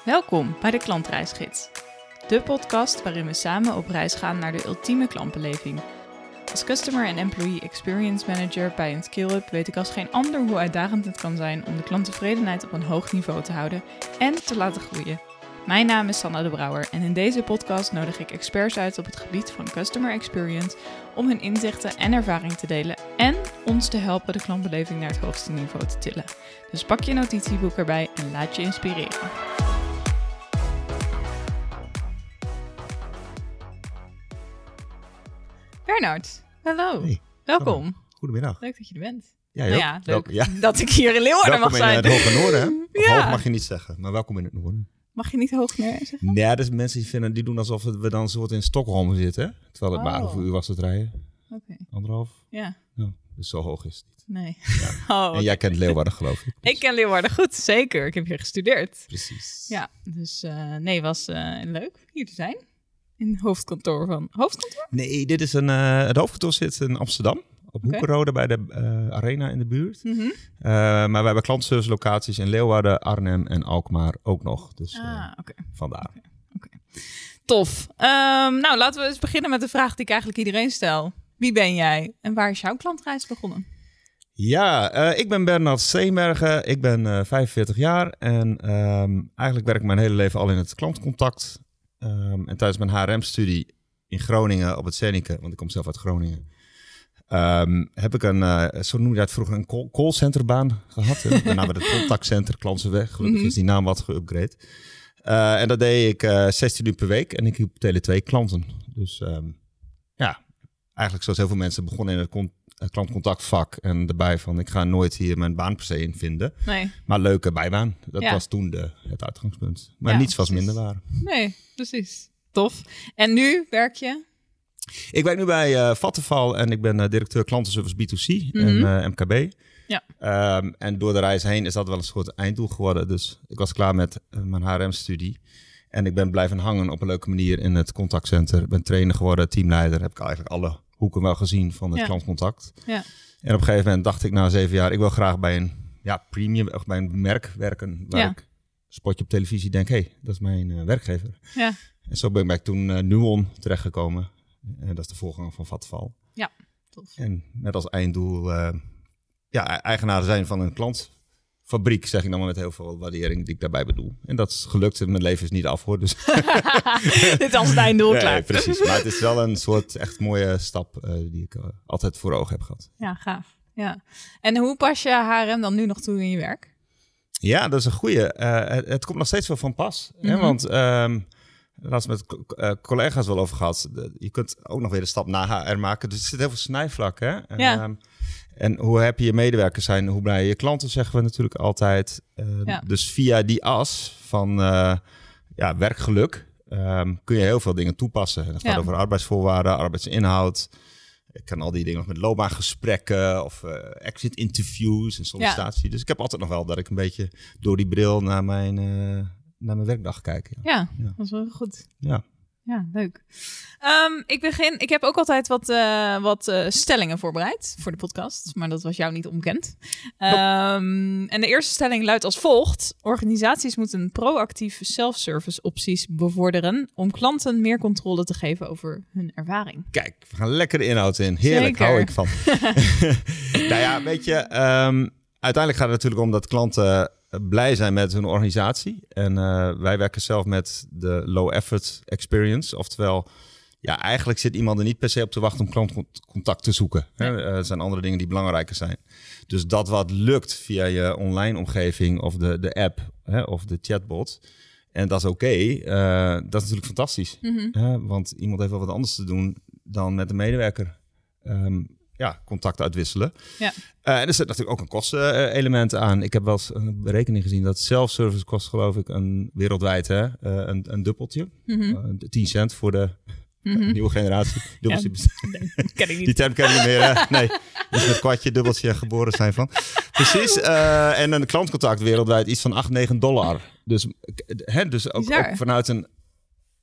Welkom bij de Klantreisgids. De podcast waarin we samen op reis gaan naar de ultieme klantbeleving. Als Customer en Employee Experience Manager bij een scale-up weet ik als geen ander hoe uitdagend het kan zijn om de klanttevredenheid op een hoog niveau te houden en te laten groeien. Mijn naam is Sanne de Brouwer en in deze podcast nodig ik experts uit op het gebied van Customer Experience om hun inzichten en ervaring te delen en ons te helpen de klantbeleving naar het hoogste niveau te tillen. Dus pak je notitieboek erbij en laat je inspireren. Bernard, hallo. Hey, welkom. Goedemiddag. Leuk dat je er bent. Ja, leuk dat ik hier in Leeuwarden mag zijn. Welkom in het Hoge Noorden, hè? Of Ja. hoog mag je niet zeggen, maar welkom in het Noorden. Mag je niet hoog neer zeggen? Ja, dus mensen die doen alsof we dan soort in Stockholm zitten. Hè? Terwijl het maar Oh. hoeveel uur was het rijden? Oké. 1,5? Ja, Ja, dus zo hoog is het niet. nee. Ja. Oh, En jij kent Leeuwarden, geloof ik. ik ken Leeuwarden goed, zeker. Ik heb hier gestudeerd. Precies. Ja, dus was leuk hier te zijn. In het hoofdkantoor van... Hoofdkantoor? Nee, dit is het hoofdkantoor zit in Amsterdam. Op Hoekenrode bij de Arena in de buurt. Mhm. Maar we hebben klantservice locaties in Leeuwarden, Arnhem en Alkmaar ook nog. Dus Oké. vandaar. Tof. Nou, laten we eens beginnen met de vraag die ik eigenlijk iedereen stel. Wie ben jij en waar is jouw klantreis begonnen? Ja, ik ben Bernard Steenbergen. Ik ben 45 jaar en eigenlijk werk ik mijn hele leven al in het klantcontact. En tijdens mijn HRM-studie in Groningen op het Zennike, want ik kom zelf uit Groningen, heb ik zo noemde je het vroeger, een callcenterbaan gehad. Daarna werd het contactcenter Klansenweg. Gelukkig is die naam wat geüpgrade. En dat deed ik 16 uur per week en ik hielp Tele2 klanten. Dus eigenlijk zoals heel veel mensen begonnen in het klantcontactvak en erbij van ik ga nooit hier mijn baan per se in vinden. Nee. Maar leuke bijbaan. Dat Ja. was toen het uitgangspunt. Maar Ja, niets was precies. minder waar. Nee, precies. Tof. En nu werk je? Ik werk nu bij Vattenfall en ik ben directeur klantenservice B2C en MKB. Ja. En door de reis heen is dat wel een soort einddoel geworden. Dus ik was klaar met mijn HRM-studie. En ik ben blijven hangen op een leuke manier in het contactcenter. Ik ben trainer geworden, teamleider. Heb ik eigenlijk alle hoeken wel gezien van het klantcontact. Ja. En op een gegeven moment dacht ik na 7 jaar, ik wil graag bij een premium of bij een merk werken. Waar ik spotje op televisie denk, dat is mijn werkgever. Ja. En zo ben ik toen Nuon terechtgekomen. En dat is de voorganger van Vattenfall. Ja, tof. En met als einddoel eigenaar zijn van een klantfabriek, zeg ik dan maar met heel veel waardering die ik daarbij bedoel. En dat is gelukt. Mijn leven is niet af hoor. Dus. Dit als het einddoel klaar. Nee, precies. Maar het is wel een soort echt mooie stap die ik altijd voor ogen heb gehad. Ja, gaaf. Ja. En hoe pas je HRM dan nu nog toe in je werk? Ja, dat is een goeie. Het komt nog steeds wel van pas. Hè? Want laatst met collega's wel over gehad. Je kunt ook nog weer de stap naar HR maken. Dus er zit heel veel snijvlak. Hè? En hoe happy je medewerkers zijn, hoe blij je klanten, zeggen we natuurlijk altijd. Dus via die as van werkgeluk kun je heel veel dingen toepassen. En dat gaat over arbeidsvoorwaarden, arbeidsinhoud. Ik kan al die dingen nog met loopbaangesprekken of exit interviews en sollicitatie. Dus ik heb altijd nog wel dat ik een beetje door die bril naar mijn werkdag kijk. Ja, dat is wel goed. Ja, leuk. Ik heb ook altijd wat stellingen voorbereid voor de podcast, maar dat was jou niet onbekend. En de eerste stelling luidt als volgt. Organisaties moeten proactief self-service opties bevorderen om klanten meer controle te geven over hun ervaring. Kijk, we gaan lekker de inhoud in. Heerlijk, Zeker. hou ik van. Nou ja, weet je, uiteindelijk gaat het natuurlijk om dat klanten blij zijn met hun organisatie. En wij werken zelf met de low effort experience. Oftewel, eigenlijk zit iemand er niet per se op te wachten om klantcontact te zoeken. Nee. Er zijn andere dingen die belangrijker zijn. Dus dat wat lukt via je online omgeving of de app of de chatbot. En dat is oké. Dat is natuurlijk fantastisch. Want iemand heeft wel wat anders te doen dan met een medewerker contact uitwisselen. Ja. En er zit natuurlijk ook een kostenelement aan. Ik heb wel eens een berekening gezien dat self-service kost, geloof ik, wereldwijd een dubbeltje. 10 cent voor de nieuwe generatie. Dubbeltje. Ken ik niet. Die term ken ik niet meer. Hè? Nee, dus met kwartje, dubbeltje geboren zijn van. Precies. En een klantcontact wereldwijd iets van $8-9. Dus ook vanuit een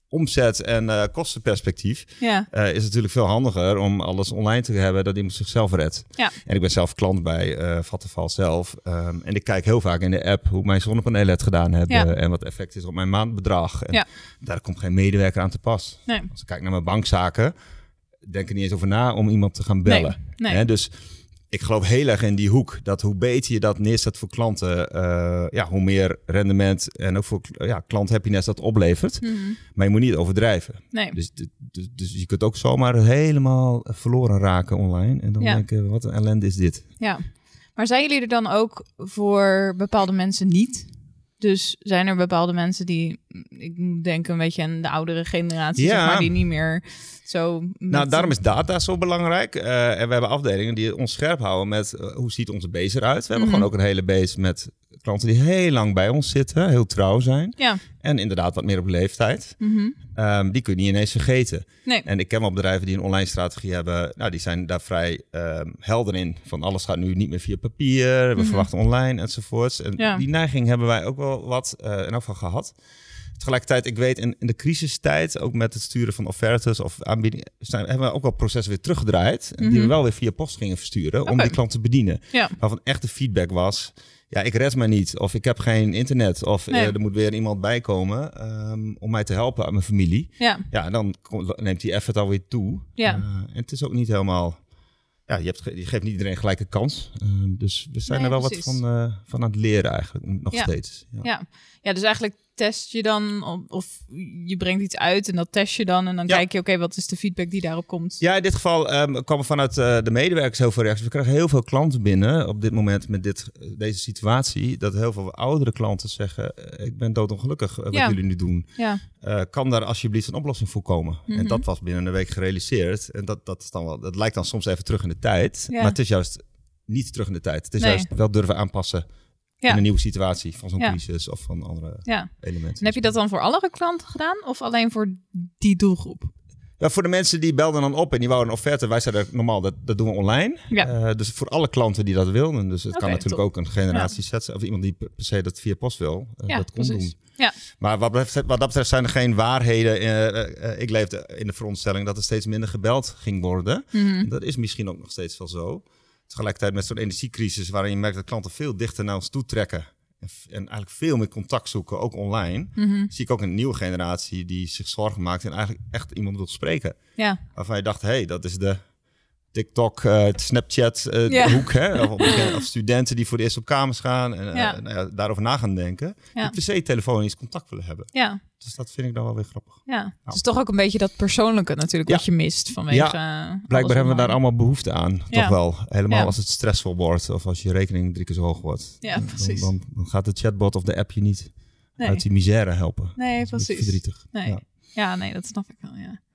omzet- en kostenperspectief is het natuurlijk veel handiger om alles online te hebben dat iemand zichzelf redt. Ja. En ik ben zelf klant bij Vattenfall zelf. En ik kijk heel vaak in de app hoe mijn zonnepanelen het gedaan hebben en wat effect is op mijn maandbedrag. En daar komt geen medewerker aan te pas. Nee. Als ik kijk naar mijn bankzaken, denk er niet eens over na om iemand te gaan bellen. Nee. Dus ik geloof heel erg in die hoek. Dat hoe beter je dat neerzet voor klanten, hoe meer rendement en ook voor klanthappiness dat oplevert. Mm-hmm. Maar je moet niet overdrijven. Nee. Dus je kunt ook zomaar helemaal verloren raken online. En dan denken, wat een ellende is dit. Ja, maar zijn jullie er dan ook voor bepaalde mensen niet? Dus zijn er bepaalde mensen die, ik moet denken een beetje aan de oudere generatie, zeg maar, die niet meer zo... Nou, daarom is data zo belangrijk. En we hebben afdelingen die ons scherp houden met hoe ziet onze base eruit. We hebben gewoon ook een hele base met klanten die heel lang bij ons zitten, heel trouw zijn. Ja. En inderdaad wat meer op leeftijd. Mm-hmm. Die kun je niet ineens vergeten. Nee. En ik ken wel bedrijven die een online strategie hebben. Nou, die zijn daar vrij helder in. Van alles gaat nu niet meer via papier. We verwachten online enzovoorts. En die neiging hebben wij ook wel wat in elk geval gehad. Tegelijkertijd, ik weet in de crisistijd, ook met het sturen van offertes of aanbiedingen, hebben we ook wel processen weer teruggedraaid. Mm-hmm. Die we wel weer via post gingen versturen om die klant te bedienen. Ja. Waarvan echt de feedback was, ja, ik red me niet. Of ik heb geen internet. Of er moet weer iemand bij komen om mij te helpen aan mijn familie. Ja, en dan neemt die effort alweer toe. Ja. En het is ook niet helemaal... Ja, je geeft niet iedereen gelijk een kans. Dus we zijn er wel wat van aan het leren eigenlijk, nog steeds. Ja, dus eigenlijk test je dan, of je brengt iets uit en dat test je dan. En dan kijk je, oké, wat is de feedback die daarop komt? Ja, in dit geval kwam er vanuit de medewerkers heel veel reacties. We krijgen heel veel klanten binnen op dit moment met deze situatie. Dat heel veel oudere klanten zeggen, ik ben doodongelukkig wat jullie nu doen. Ja. Kan daar alsjeblieft een oplossing voor komen? Mm-hmm. En dat was binnen een week gerealiseerd. En dat is dan wel, dat lijkt dan soms even terug in de tijd. Ja. Maar het is juist niet terug in de tijd. Het is juist wel durven aanpassen. In een nieuwe situatie van zo'n crisis of van andere elementen. En heb je dat dan voor alle klanten gedaan of alleen voor die doelgroep? Ja, voor de mensen die belden dan op en die wouden een offerte. Wij zeiden normaal, dat doen we online. Ja. Dus voor alle klanten die dat wilden. Dus het kan natuurlijk ook een generatie zetten. Of iemand die per se dat via post wil. Dat kon doen. Ja. Maar wat dat betreft zijn er geen waarheden. Ik leefde in de veronderstelling dat er steeds minder gebeld ging worden. Mm-hmm. Dat is misschien ook nog steeds wel zo. Tegelijkertijd met zo'n energiecrisis waarin je merkt dat klanten veel dichter naar ons toe trekken. En eigenlijk veel meer contact zoeken, ook online. Mm-hmm. Zie ik ook een nieuwe generatie die zich zorgen maakt en eigenlijk echt iemand wil spreken. Ja. Waarvan je dacht, dat is de TikTok, Snapchat hoek. Hè? Of studenten die voor de eerst op kamers gaan en daarover na gaan denken. Die per se telefonisch contact willen hebben. Ja. Dus dat vind ik dan wel weer grappig. Ja. Het is toch ook een beetje dat persoonlijke natuurlijk wat je mist vanwege... blijkbaar hebben we daar allemaal behoefte aan. Toch wel. Helemaal als het stressvol wordt of als je rekening 3 keer zo hoog wordt. Ja, precies. Dan gaat de chatbot of de app je niet uit die misère helpen. Nee, precies. Dat is verdrietig. Nee, dat snap ik wel,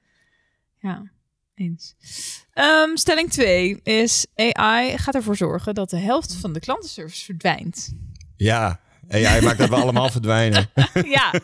Ja. Eens. Stelling 2 is AI gaat ervoor zorgen dat de helft van de klantenservice verdwijnt. Ja, AI maakt dat we allemaal verdwijnen. Ja.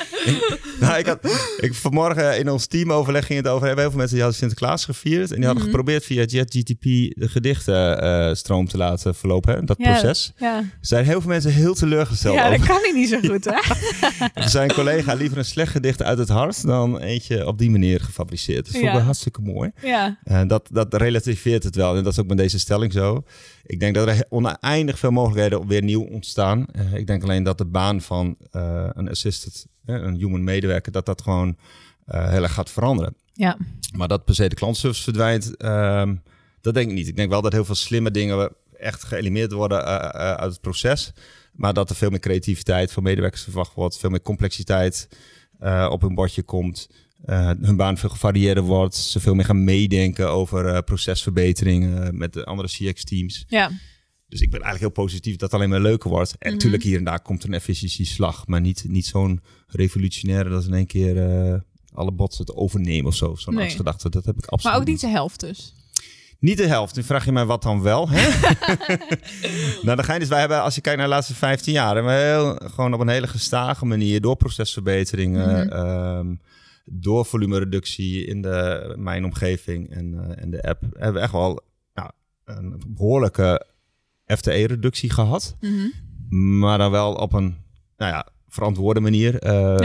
Ik vanmorgen in ons teamoverleg ging het over. We hebben heel veel mensen die hadden Sinterklaas gevierd. En die hadden geprobeerd via ChatGPT de gedichtenstroom te laten verlopen. Hè, dat proces. Ja. Er zijn heel veel mensen heel teleurgesteld over. Dat kan hij niet zo goed, hè? Zijn collega liever een slecht gedicht uit het hart dan eentje op die manier gefabriceerd. Dat vond ik wel hartstikke mooi. Ja. Dat relativeert het wel. En dat is ook met deze stelling zo. Ik denk dat er oneindig veel mogelijkheden weer nieuw ontstaan. Ik denk alleen dat de baan van een assisted, een human medewerker, dat gewoon heel erg gaat veranderen. Ja. Maar dat per se de klantservice verdwijnt, dat denk ik niet. Ik denk wel dat heel veel slimme dingen echt geëlimineerd worden uit het proces. Maar dat er veel meer creativiteit van medewerkers verwacht wordt. Veel meer complexiteit op hun bordje komt. Hun baan veel gevarieerder wordt. Ze veel meer gaan meedenken over procesverbeteringen met de andere CX-teams. Ja. Dus ik ben eigenlijk heel positief dat het alleen maar leuker wordt. En natuurlijk hier en daar komt een efficiëntieslag. Maar niet zo'n revolutionaire dat in één keer alle bots het overnemen of zo. Zo'n gedachte, dat heb ik absoluut Maar ook niet de helft dus? Niet de helft. Nu vraag je mij wat dan wel. Hè? Nou, de gein is, wij hebben, als je kijkt naar de laatste 15 jaar... hebben we gewoon op een hele gestage manier door procesverbeteringen... door volumereductie in mijn omgeving en de app... hebben we echt wel een behoorlijke FTE-reductie gehad. Mm-hmm. Maar dan wel op een verantwoorde manier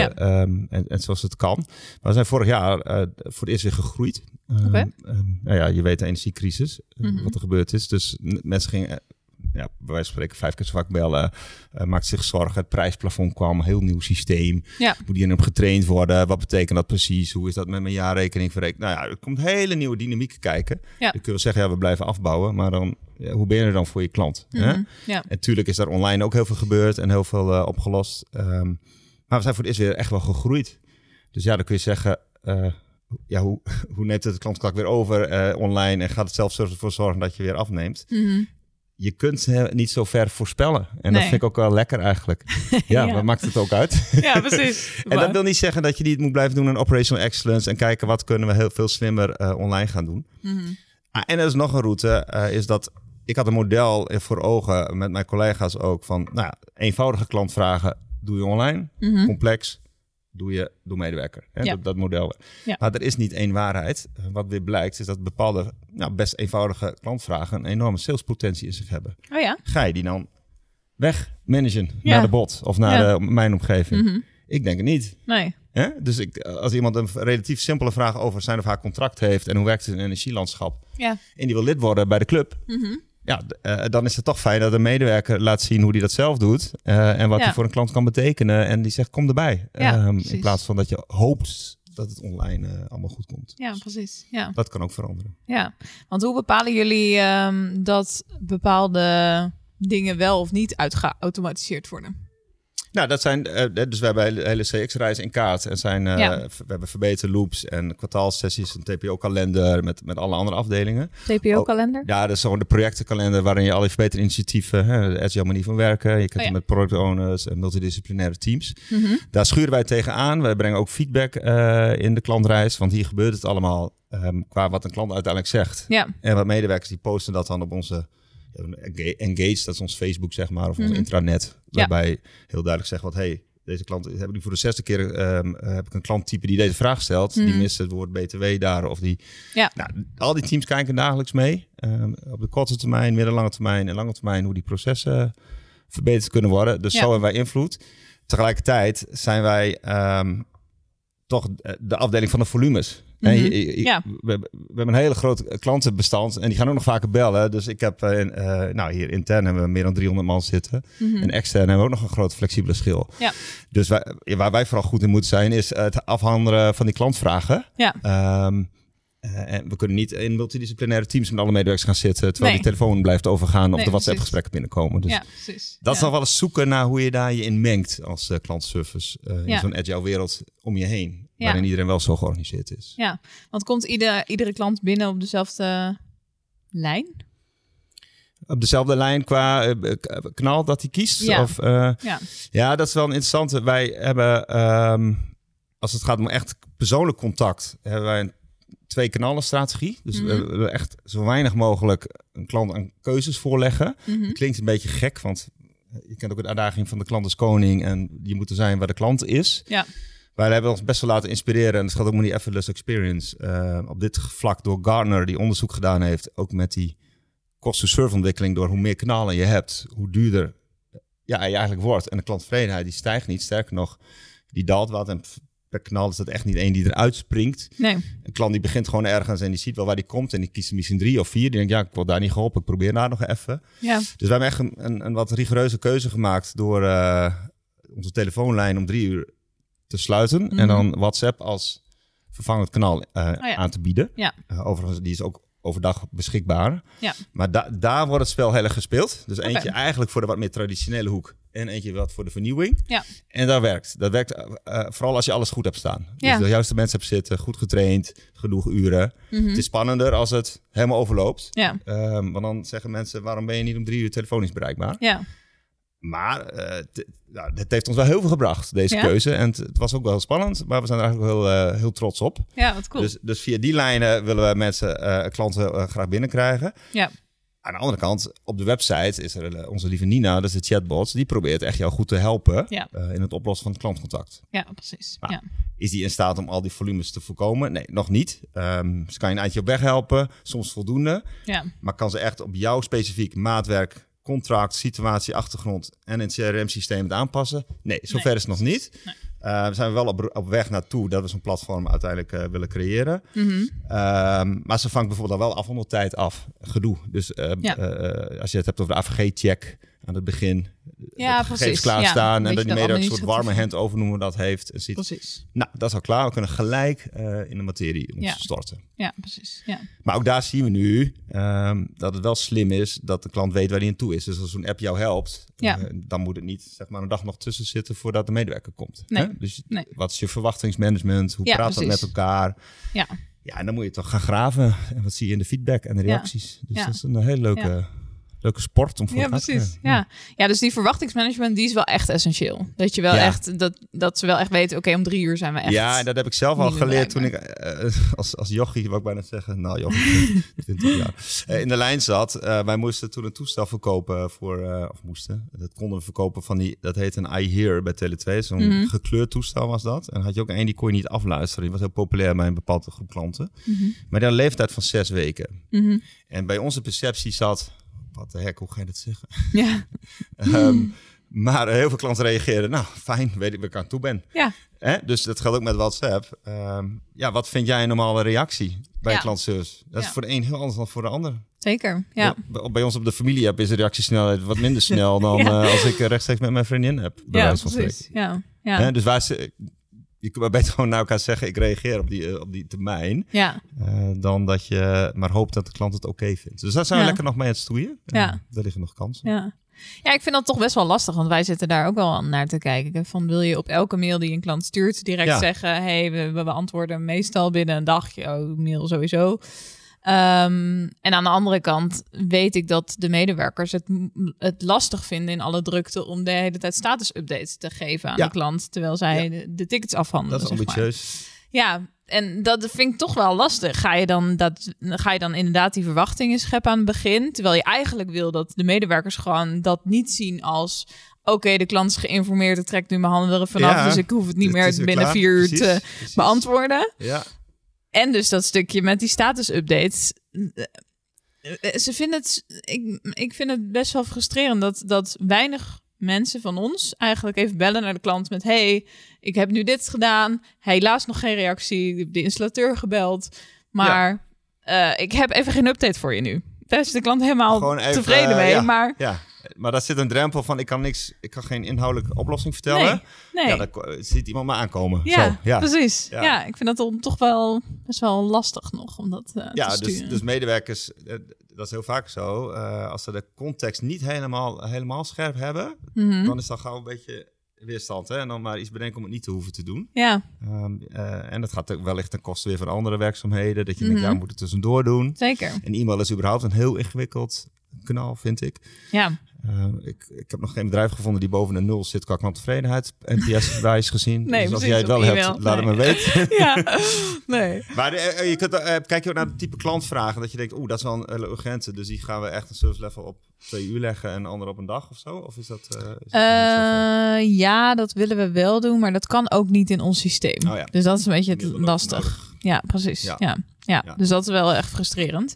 en zoals het kan. Maar we zijn vorig jaar voor het eerst weer gegroeid. Je weet de energiecrisis, wat er gebeurd is. Dus mensen gingen... bij wijze van spreken 5 keer zo vaak bellen. Maakt zich zorgen. Het prijsplafond kwam. Heel nieuw systeem. Ja. Moet die op getraind worden? Wat betekent dat precies? Hoe is dat met mijn jaarrekening verrekend? Nou ja, er komt hele nieuwe dynamiek kijken. Ja. Dan kun je zeggen, we blijven afbouwen. Maar dan, hoe ben je er dan voor je klant? Hè? Ja. En natuurlijk is daar online ook heel veel gebeurd. En heel veel opgelost. Maar we zijn voor het eerst weer echt wel gegroeid. Dus dan kun je zeggen... hoe neemt het de klantcontact weer over online? En gaat het zelf ervoor zorgen dat je weer afneemt? Je kunt ze niet zo ver voorspellen. En dat vind ik ook wel lekker eigenlijk. Wat maakt het ook uit? Ja, precies. En dat wil niet zeggen dat je niet moet blijven doen aan operational excellence... en kijken wat kunnen we heel veel slimmer online gaan doen. En er is nog een route, is dat... Ik had een model voor ogen met mijn collega's ook van... eenvoudige klantvragen doe je online, complex... doe je door medewerker. Hè? Dat model. Ja. Maar er is niet één waarheid. Wat weer blijkt is dat bepaalde best eenvoudige klantvragen... een enorme salespotentie in zich hebben. Oh ja? Ga je die dan wegmanagen naar de bot of naar mijn omgeving? Ik denk het niet. Nee. Hè? Dus als iemand een relatief simpele vraag over zijn of haar contract heeft... en hoe werkt het in een energielandschap... en die wil lid worden bij de club... dan is het toch fijn dat een medewerker laat zien hoe die dat zelf doet. En wat hij voor een klant kan betekenen. En die zegt, kom erbij. In plaats van dat je hoopt dat het online allemaal goed komt. Ja, precies. Ja. Dat kan ook veranderen. Ja, want hoe bepalen jullie dat bepaalde dingen wel of niet uitgeautomatiseerd worden? Nou, dat zijn dus we hebben de hele CX-reis in kaart. En we hebben verbeterde loops en kwartaalsessies, een TPO-kalender met alle andere afdelingen. TPO-kalender? Dat is gewoon de projectenkalender waarin je alle verbeterde initiatieven, de agile manier van werken. Je kunt het met product owners en multidisciplinaire teams. Daar schuren wij tegenaan. Wij brengen ook feedback in de klantreis, want hier gebeurt het allemaal qua wat een klant uiteindelijk zegt. Ja. En wat medewerkers die posten dat dan op onze Engage, dat is ons Facebook, zeg maar, of ons intranet. Waarbij heel duidelijk zegt wat, deze klant, heb ik nu voor de 6e keer heb ik een klanttype die deze vraag stelt. Die mist het woord BTW daar. Of die. Ja. Nou, al die teams kijken dagelijks mee. Op de korte termijn, middellange termijn en lange termijn, hoe die processen verbeterd kunnen worden. Dus zo hebben wij invloed. Tegelijkertijd zijn wij toch de afdeling van de volumes. We hebben een hele groot klantenbestand en die gaan ook nog vaker bellen. Dus ik heb hier intern hebben we meer dan 300 man zitten. En extern hebben we ook nog een groot flexibele schil. Ja. Dus waar wij vooral goed in moeten zijn is het afhandelen van die klantvragen. Ja. En we kunnen niet in multidisciplinaire teams met alle medewerkers gaan zitten... terwijl die telefoon blijft overgaan of de WhatsApp-gesprekken binnenkomen. Dus dat is nog wel eens zoeken naar hoe je daar je in mengt als klantservice... in zo'n agile wereld om je heen. Waarin iedereen wel zo georganiseerd is. Ja, want komt iedere klant binnen op dezelfde lijn? Op dezelfde lijn qua kanaal dat hij kiest? Ja. Ja, dat is wel een interessante. Wij hebben, als het gaat om echt persoonlijk contact... hebben wij een 2-kanalen-strategie. Dus we willen echt zo weinig mogelijk een klant aan keuzes voorleggen. Dat klinkt een beetje gek, want je kent ook de uitdaging van de klant als koning... en je moet er zijn waar de klant is... Ja. Wij hebben ons best wel laten inspireren. En dat gaat ook met die effortless experience. Op dit vlak door Gartner, die onderzoek gedaan heeft. Ook met die cost-to-serve ontwikkeling. Door hoe meer kanalen je hebt, hoe duurder je eigenlijk wordt. En de klanttevredenheid die stijgt niet. Sterker nog, die daalt wat. En per kanaal is dat echt niet één die eruit springt. Nee. Een klant die begint gewoon ergens en die ziet wel waar die komt. En die kiest er misschien 3 of 4. Die denkt, ik word daar niet geholpen. Ik probeer daar nog even. Ja. Dus wij hebben echt een wat rigoureuze keuze gemaakt. Door onze telefoonlijn om 3 uur... te sluiten en dan WhatsApp als vervangend kanaal aan te bieden. Ja. Overigens, die is ook overdag beschikbaar. Ja. Maar daar wordt het spel heel erg gespeeld. Dus eentje eigenlijk voor de wat meer traditionele hoek en eentje wat voor de vernieuwing. Ja. En dat werkt. Dat werkt vooral als je alles goed hebt staan. Dus de juiste mensen hebt zitten, goed getraind, genoeg uren. Het is spannender als het helemaal overloopt. Ja. Want dan zeggen mensen, waarom ben je niet om 3 uur telefonisch bereikbaar? Ja. Maar het heeft ons wel heel veel gebracht, deze keuze. En het was ook wel heel spannend, maar we zijn er eigenlijk heel trots op. Ja, wat cool. Dus via die lijnen willen we mensen, klanten graag binnenkrijgen. Ja. Aan de andere kant, op de website is er onze lieve Nina, dus de chatbot, die probeert echt jou goed te helpen in het oplossen van het klantcontact. Ja, precies. Nou, is die in staat om al die volumes te voorkomen? Nee, nog niet. Ze kan je een eindje op weg helpen, soms voldoende. Ja. Maar kan ze echt op jouw specifiek maatwerk contract, situatie, achtergrond en in het CRM-systeem het aanpassen. Nee, zover is het nog niet. Nee. We zijn wel op weg naartoe dat we zo'n platform uiteindelijk willen creëren. Maar ze vangt bijvoorbeeld al wel afhandeltijd af. Gedoe. Dus als je het hebt over de AVG-check aan het begin. Ja, de gegevens klaarstaan en dat die medewerker een soort warme handover noemen dat heeft. En ziet, precies. Nou, dat is al klaar. We kunnen gelijk in de materie ons storten. Ja, precies. Ja. Maar ook daar zien we nu dat het wel slim is dat de klant weet waar hij aan toe is. Dus als zo'n app jou helpt, dan moet het niet zeg maar een dag nog tussen zitten voordat de medewerker komt. Nee. Hè? Dus wat is je verwachtingsmanagement? Hoe praat dat met elkaar? Ja. Ja, en dan moet je toch gaan graven. En wat zie je in de feedback en de reacties? Dus dat is een hele leuke sport om voor te precies. Ja, dus die verwachtingsmanagement die is wel echt essentieel. Dat je wel echt dat ze wel echt weten, oké, om 3 uur zijn we echt. Ja, en dat heb ik zelf al geleerd toen ik als jochie, wou ik bijna zeggen, nou jochie, 20 jaar, in de lijn zat. Wij moesten toen een toestel verkopen dat konden we verkopen van dat heet een iHear bij Tele2. Zo'n gekleurd toestel was dat. En had je ook een die kon je niet afluisteren. Die was heel populair bij een bepaalde groep klanten. Maar die had een leeftijd van 6 weken. En bij onze perceptie zat, wat de hek, hoe ga je dat zeggen? Ja. Maar heel veel klanten reageerden, nou fijn, weet ik waar ik aan toe ben. Ja. Dus dat geldt ook met WhatsApp. Wat vind jij een normale reactie bij een klantservice? Dat is voor de een heel anders dan voor de ander. Zeker, ja. Bij ons op de familie-app is de reactiesnelheid wat minder snel dan als ik rechtstreeks met mijn vriendin heb. Bij wijze van spreken. Ja. Dus je kunt maar beter gewoon naar elkaar zeggen, ik reageer op die termijn. Ja. Dan dat je maar hoopt dat de klant het oké vindt. Dus daar zijn we lekker nog mee aan het stoeien. Daar liggen nog kansen. Ja, ik vind dat toch best wel lastig, want wij zitten daar ook wel naar te kijken. Van wil je op elke mail die een klant stuurt direct zeggen, hey, we beantwoorden meestal binnen een dag jouw mail sowieso. En aan de andere kant weet ik dat de medewerkers het lastig vinden in alle drukte om de hele tijd status-updates te geven aan de klant, terwijl zij de tickets afhandelen. Dat is ambitieus. Ja, en dat vind ik toch wel lastig. Ga je dan inderdaad die verwachtingen scheppen aan het begin, terwijl je eigenlijk wil dat de medewerkers gewoon dat niet zien als oké, de klant is geïnformeerd, ik trek nu mijn handen er vanaf, dus ik hoef het niet meer binnen 4 uur te beantwoorden. Ja. En dus dat stukje met die status-updates. Ze vinden het, ik vind het best wel frustrerend dat weinig mensen van ons eigenlijk even bellen naar de klant met hey, ik heb nu dit gedaan. Helaas nog geen reactie. Ik heb de installateur gebeld. Maar ik heb even geen update voor je nu. Daar is de klant helemaal tevreden mee. Maar daar zit een drempel van, ik kan geen inhoudelijke oplossing vertellen. Nee. Ja, dan ziet iemand me aankomen. Ja, precies. Ja, ik vind dat toch wel best wel lastig nog om dat te sturen. Dus medewerkers, dat is heel vaak zo. Als ze de context niet helemaal scherp hebben, dan is dat gauw een beetje weerstand. Hè? En dan maar iets bedenken om het niet te hoeven te doen. Ja. En dat gaat wellicht ten koste weer van andere werkzaamheden. Dat je denkt, we moeten het tussendoor doen. Zeker. En e-mail is überhaupt een heel ingewikkeld kanaal, vind ik. Ja. Ik heb nog geen bedrijf gevonden die boven de 0 zit qua klanttevredenheid. NPS-wijs gezien. Nee, dus als jij het wel hebt, laat het me weten. Nee. Maar je kunt, kijk je ook naar het type klantvragen. Dat je denkt, dat is wel een hele urgente. Dus die gaan we echt een service level op 2 uur leggen en een ander op een dag of zo? Of is dat... ja, dat willen we wel doen. Maar dat kan ook niet in ons systeem. Oh ja. Dus dat is een beetje lastig. Nodig. Ja, precies. Ja. Dus dat is wel echt frustrerend.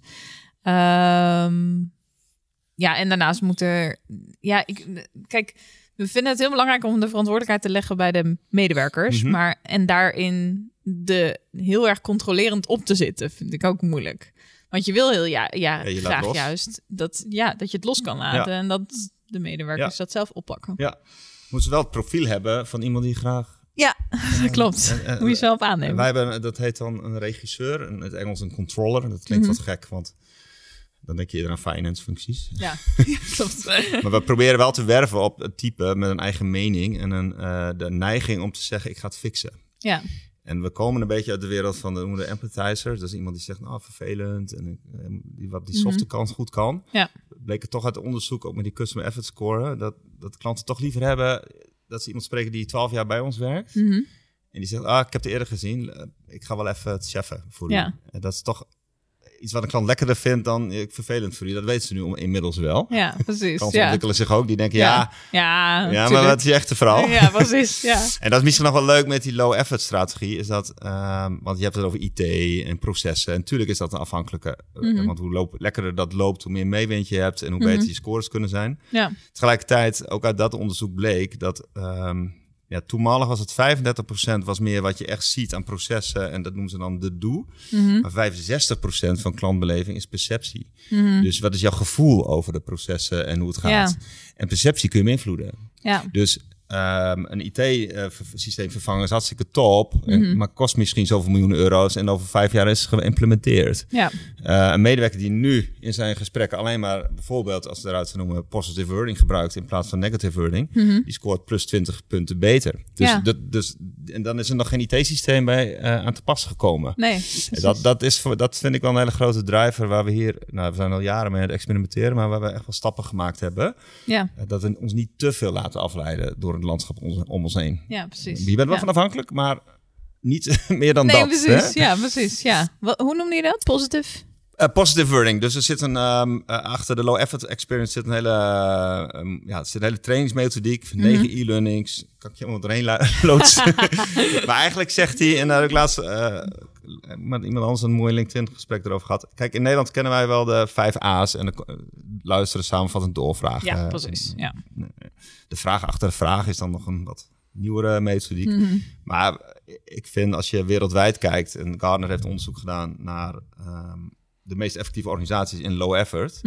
Ja, en daarnaast moet er... Ja, kijk, we vinden het heel belangrijk om de verantwoordelijkheid te leggen bij de medewerkers. En daarin heel erg controlerend op te zitten, vind ik ook moeilijk. Want je wil graag juist dat je het los kan laten. En dat de medewerkers dat zelf oppakken. Ja, moeten ze wel het profiel hebben van iemand die graag... Ja, klopt. Moet je zelf aannemen. Wij hebben, dat heet dan een regisseur, in het Engels een controller. En dat klinkt wat gek, want... Dan denk je eerder aan finance functies. Ja, klopt. Maar we proberen wel te werven op het type met een eigen mening en de neiging om te zeggen, ik ga het fixen. Ja. En we komen een beetje uit de wereld van de empathizer. Dat is iemand die zegt, vervelend en die softe kant goed kan. Ja. Bleek het toch uit onderzoek, ook met die customer effort score, dat klanten toch liever hebben dat ze iemand spreken die 12 jaar bij ons werkt. En die zegt, ik heb het eerder gezien, ik ga wel even het cheffen voor u. En dat is toch... iets wat een klant lekkerder vindt dan vervelend voor je. Dat weten ze nu inmiddels wel. Ja, precies. Klanten ontwikkelen zich ook. Die denken, Ja, maar wat is je echte verhaal? Ja, precies. Ja. En dat is misschien nog wel leuk met die low effort strategie. Is dat, want je hebt het over IT en processen. En natuurlijk is dat een afhankelijke. Want hoe lekkerder dat loopt, hoe meer meewind je hebt. En hoe beter je scores kunnen zijn. Ja. Tegelijkertijd, ook uit dat onderzoek bleek dat... toenmalig was het 35% was meer wat je echt ziet aan processen. En dat noemen ze dan de do. Maar 65% van klantbeleving is perceptie. Dus wat is jouw gevoel over de processen en hoe het gaat? Ja. En perceptie kun je beïnvloeden. Ja. Dus een IT-systeem vervangen is hartstikke top. Maar kost misschien zoveel miljoenen euro's. En over 5 jaar is het geïmplementeerd. Ja. Een medewerker die nu in zijn gesprekken alleen maar bijvoorbeeld, als we eruit te noemen, positive wording gebruikt in plaats van negative wording. Die scoort plus 20 punten beter. Dus, en dan is er nog geen IT-systeem bij aan te pas gekomen. Nee, dat vind ik wel een hele grote driver waar we hier, we zijn al jaren mee aan het experimenteren, maar waar we echt wel stappen gemaakt hebben. Ja. Dat we ons niet te veel laten afleiden door het landschap om ons heen. Ja, precies. Je bent wel van afhankelijk, maar niet meer dan dat. Precies. Hè? Ja, precies. Ja. Hoe noemde je dat? Positive? Positive wording. Dus er zit achter de low effort experience zit een hele trainingsmethodiek, 9 e-learnings. Kan ik je helemaal doorheen loodsen. Maar eigenlijk zegt hij, en daar heb ik laatst met iemand anders een mooi LinkedIn gesprek erover gehad. Kijk, in Nederland kennen wij wel de 5 A's en luisteren samenvattend doorvragen. Ja, precies. Ja. De vraag achter de vraag is dan nog een wat nieuwere methodiek. Maar ik vind, als je wereldwijd kijkt, en Gartner heeft onderzoek gedaan naar de meest effectieve organisaties in low effort.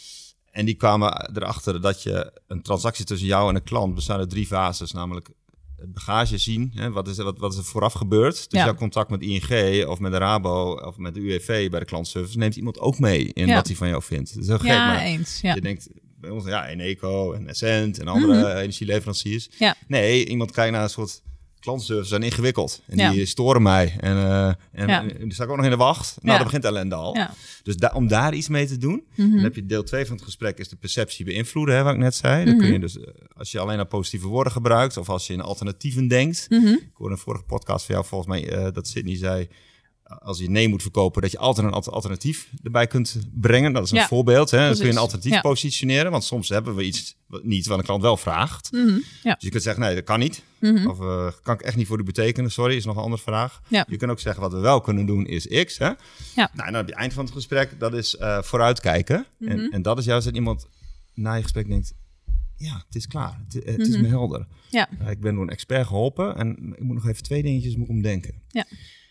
En die kwamen erachter dat je een transactie tussen jou en een klant bestaat uit 3 fases, namelijk het bagage zien. Hè, wat is er vooraf gebeurd? Dus jouw contact met ING of met de Rabo of met de UWV bij de klantservice neemt iemand ook mee in wat hij van jou vindt. Dat is heel gek, maar eens. Ja. Je denkt bij ons, Eneco en Essent en andere energieleveranciers. Ja. Nee, iemand kijkt naar een soort klantservice zijn ingewikkeld. En die storen mij. En dan sta ik ook nog in de wacht. Nou, dan begint ellende al. Ja. Dus om daar iets mee te doen, dan heb je deel 2 van het gesprek, is de perceptie beïnvloeden, wat ik net zei. Dan kun je dus, als je alleen maar positieve woorden gebruikt, of als je in alternatieven denkt. Ik hoorde een vorige podcast van jou, volgens mij, dat Sydney zei, als je nee moet verkopen, dat je altijd een alternatief erbij kunt brengen. Dat is een voorbeeld. Hè? Dan kun je een alternatief positioneren. Want soms hebben we iets niet wat een klant wel vraagt. Dus je kunt zeggen, nee, dat kan niet. Of kan ik echt niet voor u betekenen. Sorry, is nog een andere vraag. Ja. Je kunt ook zeggen, wat we wel kunnen doen is X. Hè? Ja. Nou, en dan heb je eind van het gesprek. Dat is vooruitkijken. En dat is juist dat iemand na je gesprek denkt, ja, het is klaar. Het is me helder. Ja. Ik ben door een expert geholpen. En ik moet nog even 2 dingetjes omdenken. Ja.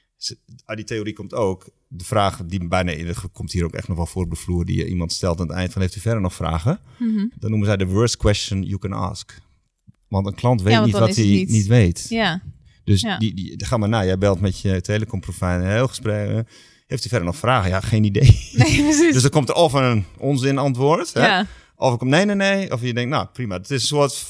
Uit die theorie komt ook de vraag die bijna komt hier ook echt nog wel voor op de vloer, die iemand stelt aan het eind van, heeft u verder nog vragen? Dan noemen zij de worst question you can ask. Want een klant weet niet wat hij niet weet. Ja. Dus ga maar na. Jij belt met je telecomprovider, een heel gesprek. Heeft u verder nog vragen? Ja, geen idee. Nee, dus dan komt er of een onzin antwoord. Hè? Ja. Of er komt nee. Of je denkt, nou prima. Het is een soort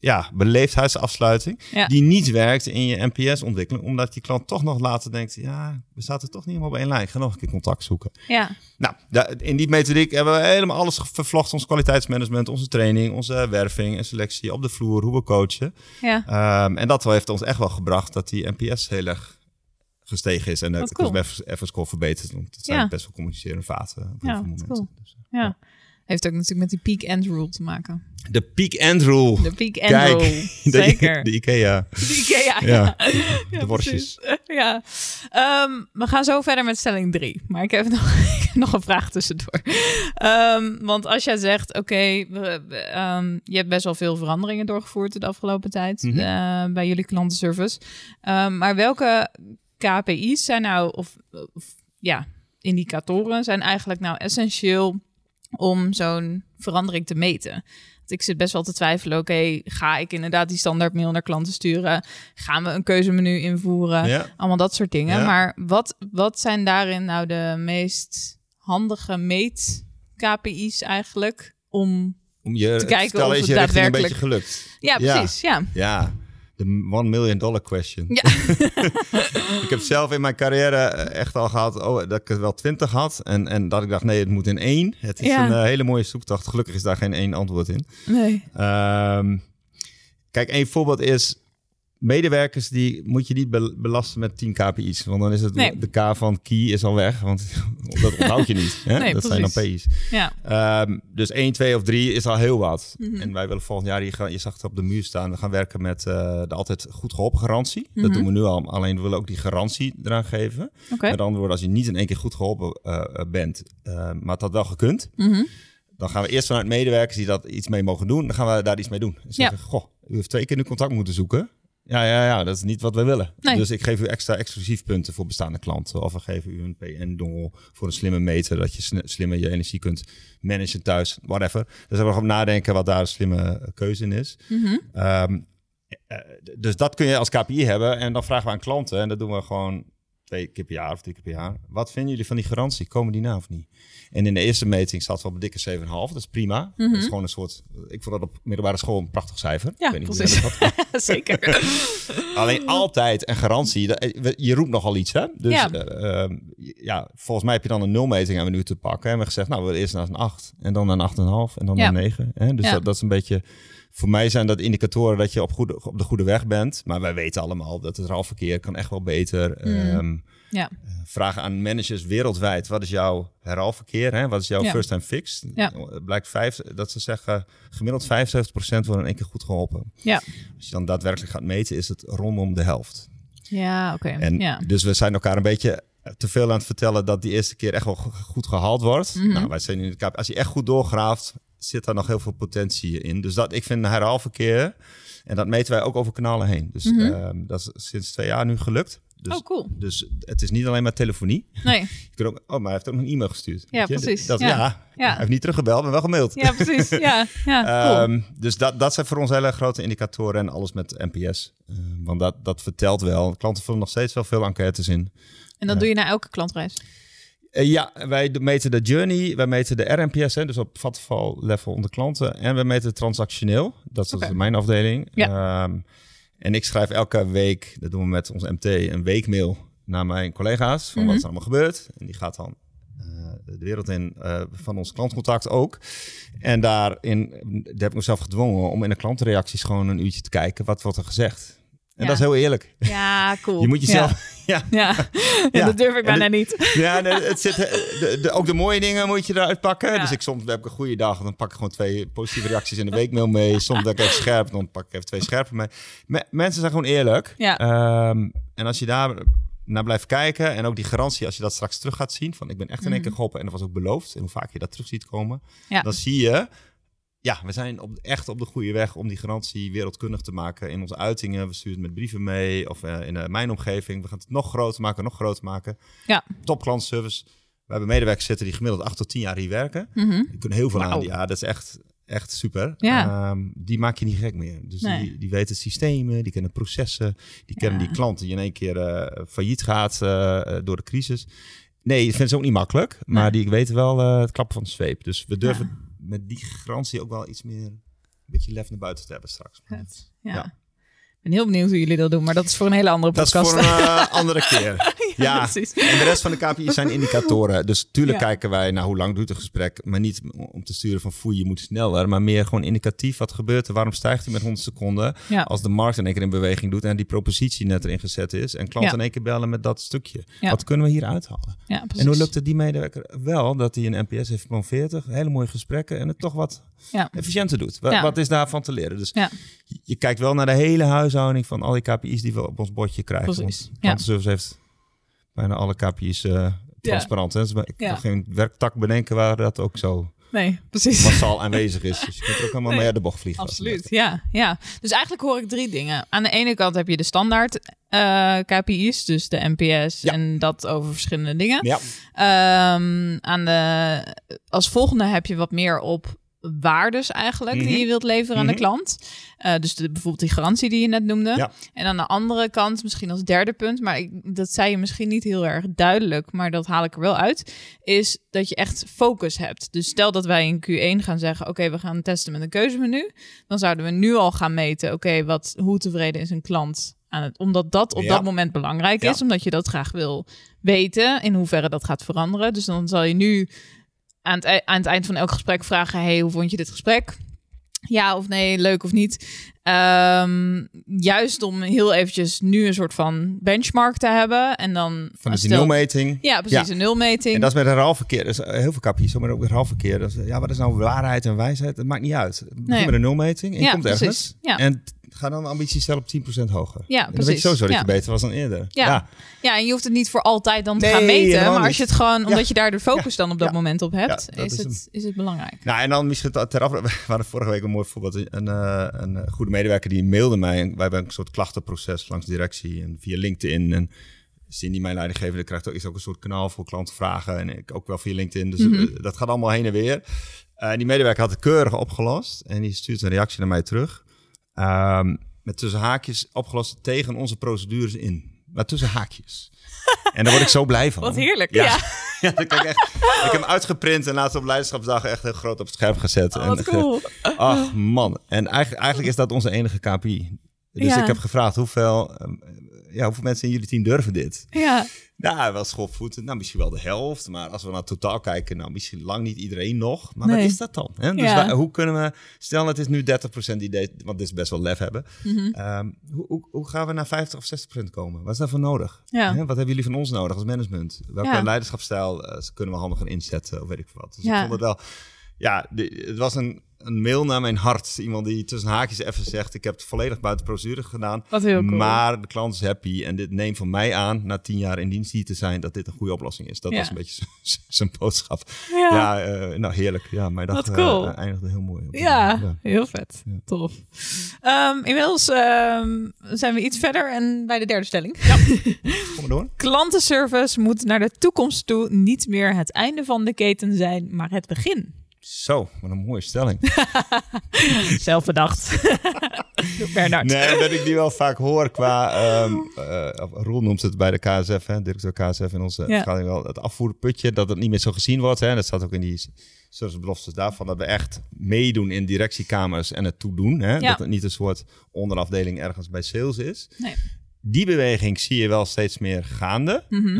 beleefdheidsafsluiting die niet werkt in je NPS-ontwikkeling, omdat die klant toch nog later denkt, we zaten toch niet helemaal op één lijn. Ik ga nog een keer contact zoeken. Ja. Nou, in die methodiek hebben we helemaal alles gevlochten. Ons kwaliteitsmanagement, onze training, onze werving en selectie op de vloer, hoe we coachen. Ja. En dat heeft ons echt wel gebracht dat die NPS heel erg gestegen is en de customer effort score verbeterd. Want het zijn best wel communicerende vaten op heel veel momenten. Cool. Dus, heeft ook natuurlijk met die peak-end rule te maken. De peak-end rule. De peak-end rule, zeker. De IKEA. De IKEA, ja. De worstjes. Ja. We gaan zo verder met stelling 3. Maar ik heb nog een vraag tussendoor. Want als jij zegt, je hebt best wel veel veranderingen doorgevoerd de afgelopen tijd bij jullie klantenservice. Maar welke KPI's zijn nou, of indicatoren zijn eigenlijk nou essentieel om zo'n verandering te meten? Want ik zit best wel te twijfelen, ga ik inderdaad die standaard mail naar klanten sturen? Gaan we een keuzemenu invoeren? Ja. Allemaal dat soort dingen. Ja. Maar wat zijn daarin nou de meest handige meet-KPI's eigenlijk om te kijken of het daadwerkelijk een beetje gelukt? Ja, precies. Ja. De $1 million question. Ja. Ik heb zelf in mijn carrière echt al gehad dat ik er wel 20 had. En dat ik dacht, nee, het moet in 1. Het is een hele mooie zoektocht. Gelukkig is daar geen 1 antwoord in. Nee. Kijk, 1 voorbeeld is, medewerkers die moet je niet belasten met 10 KPI's. Want dan is het de K van key is al weg. Want dat onthoud je niet. Hè? Nee, dat precies. zijn dan PI's. Ja. Dus 1, 2 of 3 is al heel wat. Mm-hmm. En wij willen volgend jaar, je zag het op de muur staan, we gaan werken met de altijd goed geholpen garantie. Mm-hmm. Dat doen we nu al. Alleen we willen ook die garantie eraan geven. Okay. Met andere woorden, als je niet in één keer goed geholpen bent, maar het had wel gekund. Mm-hmm. Dan gaan we eerst vanuit medewerkers die dat iets mee mogen doen. Dan gaan we daar iets mee doen. En zeggen, goh, u heeft 2 keer nu contact moeten zoeken. Ja, dat is niet wat we willen. Nee. Dus ik geef u extra exclusief punten voor bestaande klanten. Of we geven u een PN-dongel voor een slimme meter. Dat je slimmer je energie kunt managen thuis. Whatever. Dus we gaan gewoon nadenken wat daar een slimme keuze in is. Mm-hmm. Dus dat kun je als KPI hebben. En dan vragen we aan klanten. En dat doen we gewoon 2 keer per jaar of 3 keer per jaar. Wat vinden jullie van die garantie? Komen die na of niet? En in de eerste meting zat we op een dikke 7,5. Dat is prima. Mm-hmm. Dat is gewoon een soort... Ik vond dat op middelbare school een prachtig cijfer. Ja, ik weet niet precies. Hoe dat Zeker. Alleen altijd een garantie. Je roept nogal iets, hè? Dus volgens mij heb je dan een nulmeting aan we nu te pakken. En we gezegd, nou, we willen eerst naar een 8. En dan naar een 8,5. En dan naar 9. Hè? Dus dat is een beetje... Voor mij zijn dat indicatoren dat je op de goede weg bent. Maar wij weten allemaal dat het herhaalverkeer kan echt wel beter. Vragen aan managers wereldwijd. Wat is jouw herhaalverkeer? Hè? Wat is jouw first time fix? Ja. Blijkt dat ze zeggen gemiddeld 75% worden in één keer goed geholpen. Ja. Als je dan daadwerkelijk gaat meten, is het rondom de helft. Ja, oké. Dus we zijn elkaar een beetje te veel aan het vertellen dat die eerste keer echt wel goed gehaald wordt. Mm-hmm. Nou, wij zijn in de als je echt goed doorgraaft, zit daar nog heel veel potentie in. Dus ik vind een herhaalverkeer, en dat meten wij ook over kanalen heen. Dus dat is sinds 2 jaar nu gelukt. Dus, cool. Dus het is niet alleen maar telefonie. Nee. Je kunt ook, maar hij heeft ook nog een e-mail gestuurd. Ja, precies. Hij heeft niet teruggebeld, maar wel gemaild. Ja, precies. Ja, cool. Dus dat zijn voor ons hele grote indicatoren en alles met NPS. Want dat vertelt wel. Klanten vullen nog steeds wel veel enquêtes in. En dat doe je na elke klantreis? Wij meten de journey, wij meten de RNPS, dus op vattenval-level onder klanten. En we meten transactioneel, dat is mijn afdeling. Ja. En ik schrijf elke week, dat doen we met ons MT, een weekmail naar mijn collega's van wat is er allemaal gebeurd. En die gaat dan de wereld in van ons klantcontact ook. En daar heb ik mezelf gedwongen om in de klantenreacties gewoon een uurtje te kijken. Wat wordt er gezegd? En dat is heel eerlijk. Ja, cool. Je moet jezelf... Ja, dat durf ik bijna niet. Ja, het zit, ook de mooie dingen moet je eruit pakken. Ja. Dus soms heb ik een goede dag, dan pak ik gewoon 2 positieve reacties in de weekmail mee. Soms ben ik even scherp, dan pak ik even 2 scherpe mee. Mensen zijn gewoon eerlijk. Ja. En als je daar naar blijft kijken en ook die garantie, als je dat straks terug gaat zien, van ik ben echt in één keer geholpen en dat was ook beloofd. En hoe vaak je dat terug ziet komen, dan zie je... Ja, we zijn echt op de goede weg om die garantie wereldkundig te maken in onze uitingen. We sturen het met brieven mee of in mijn omgeving. We gaan het nog groter maken. Ja. Top klantenservice. We hebben medewerkers zitten die gemiddeld 8 tot 10 jaar hier werken. Mm-hmm. Die kunnen heel veel aan. Ja, dat is echt super. Ja. Die maak je niet gek meer. Dus die weten systemen, die kennen processen. Die kennen die klant die in één keer failliet gaat door de crisis. Nee, dat vinden ze ook niet makkelijk. Maar die weten wel het klappen van de zweep. Dus we durven... met die garantie ook wel iets meer een beetje lef naar buiten te hebben straks. Ja. Ik ben heel benieuwd hoe jullie dat doen, maar dat is voor een hele andere podcast. Dat is voor een andere keer. Ja, precies. En de rest van de KPI's zijn indicatoren. Dus tuurlijk kijken wij naar hoe lang duurt een gesprek, maar niet om te sturen van foei, je moet sneller, maar meer gewoon indicatief wat gebeurt er, waarom stijgt hij met 100 seconden als de markt in één keer in beweging doet en die propositie net erin gezet is en klanten in één keer bellen met dat stukje. Ja. Wat kunnen we hier uithalen? Ja, en hoe lukt het die medewerker wel dat hij een NPS heeft van 40, hele mooie gesprekken en het toch wat efficiënter doet? Wat is daarvan te leren? Dus je kijkt wel naar de hele huishouding van al die KPI's die we op ons bordje krijgen. Precies. Want klantenservice heeft bijna alle KPI's transparant. Hè? Dus ik kan geen werktak bedenken waar dat ook zo massaal aanwezig is. Dus je kunt er ook helemaal mee uit de bocht vliegen. Absoluut, ja. Dus eigenlijk hoor ik 3 dingen. Aan de ene kant heb je de standaard KPI's, dus de NPS en dat over verschillende dingen. Ja. Als volgende heb je wat meer op waardes eigenlijk die je wilt leveren aan de klant. Dus bijvoorbeeld die garantie die je net noemde. Ja. En aan de andere kant, misschien als derde punt, maar dat zei je misschien niet heel erg duidelijk, maar dat haal ik er wel uit, is dat je echt focus hebt. Dus stel dat wij in Q1 gaan zeggen, oké, we gaan testen met een keuzemenu, dan zouden we nu al gaan meten, hoe tevreden is een klant omdat dat op dat moment belangrijk is, omdat je dat graag wil weten, in hoeverre dat gaat veranderen. Dus dan zal je nu aan het eind van elk gesprek vragen, hoe vond je dit gesprek? ja of nee, leuk of niet. Juist om heel eventjes nu een soort van benchmark te hebben. En dan van de nulmeting. Ja, precies, een nulmeting. En dat is met herhaalverkeer. Dus heel veel kapjes, maar ook herhaalverkeer. Dus, wat is nou waarheid en wijsheid? Dat maakt niet uit. Begin met een nulmeting en je komt ergens. Ja. En ga dan de ambitie stellen op 10% hoger. Ja, en precies. dan weet je sowieso dat je beter was dan eerder. Ja, en je hoeft het niet voor altijd dan te gaan meten. Maar als je het gewoon, omdat je daar de focus dan op dat moment op hebt, is het belangrijk. Nou, en dan misschien we hadden vorige week een mooi voorbeeld. Een goede medewerker die mailde mij. En wij hebben een soort klachtenproces langs directie en via LinkedIn. En Cindy, mijn leidinggevende, is ook een soort kanaal voor klantenvragen. En ik ook wel via LinkedIn. Dus dat gaat allemaal heen en weer. Die medewerker had het keurig opgelost. En die stuurt een reactie naar mij terug. Met tussen haakjes opgelost tegen onze procedures in. Maar tussen haakjes. En daar word ik zo blij van. Wat heerlijk, ja. Ik heb hem uitgeprint en laatst op leiderschapsdag echt heel groot op het scherm gezet. Oh, wat cool. Ach man. En eigenlijk is dat onze enige KPI. Dus ik heb gevraagd hoeveel mensen in jullie team durven dit? Ja. Nou, wel schoolvoeten. Nou, misschien wel de helft. Maar als we naar het totaal kijken, nou, misschien lang niet iedereen nog. Maar wat is dat dan? Hè? Dus hoe kunnen we... Stel, het is nu 30% die want dit is best wel lef hebben. Hoe gaan we naar 50 of 60% komen? Wat is daarvoor nodig? Ja. Wat hebben jullie van ons nodig als management? Welke leiderschapsstijl kunnen we handiger inzetten? Of weet ik wat. Dus ik vond het wel... Ja, het was een mail naar mijn hart. Iemand die tussen haakjes even zegt... ik heb het volledig buiten procedure gedaan. Wat heel cool. Maar de klant is happy. En dit neemt van mij aan, na 10 jaar in dienst hier te zijn... dat dit een goede oplossing is. Dat was een beetje zijn boodschap. Nou heerlijk. Ja, mijn dag eindigde heel mooi. Ja, heel vet. Ja. Tof. Inmiddels zijn we iets verder en bij de derde stelling. Ja, kom maar door. Klantenservice moet naar de toekomst toe niet meer het einde van de keten zijn, maar het begin. Zo, wat een mooie stelling. Zelf bedacht. Bernard. Nee, dat ik die wel vaak hoor qua... Roel noemt het bij de KSF, directeur KSF in onze vergadering wel... het afvoerputje, dat het niet meer zo gezien wordt. Hè. Dat staat ook in die servicebeloftes daarvan... dat we echt meedoen in directiekamers en het toedoen. Hè. Dat het niet een soort onderafdeling ergens bij sales is. Nee. Die beweging zie je wel steeds meer gaande.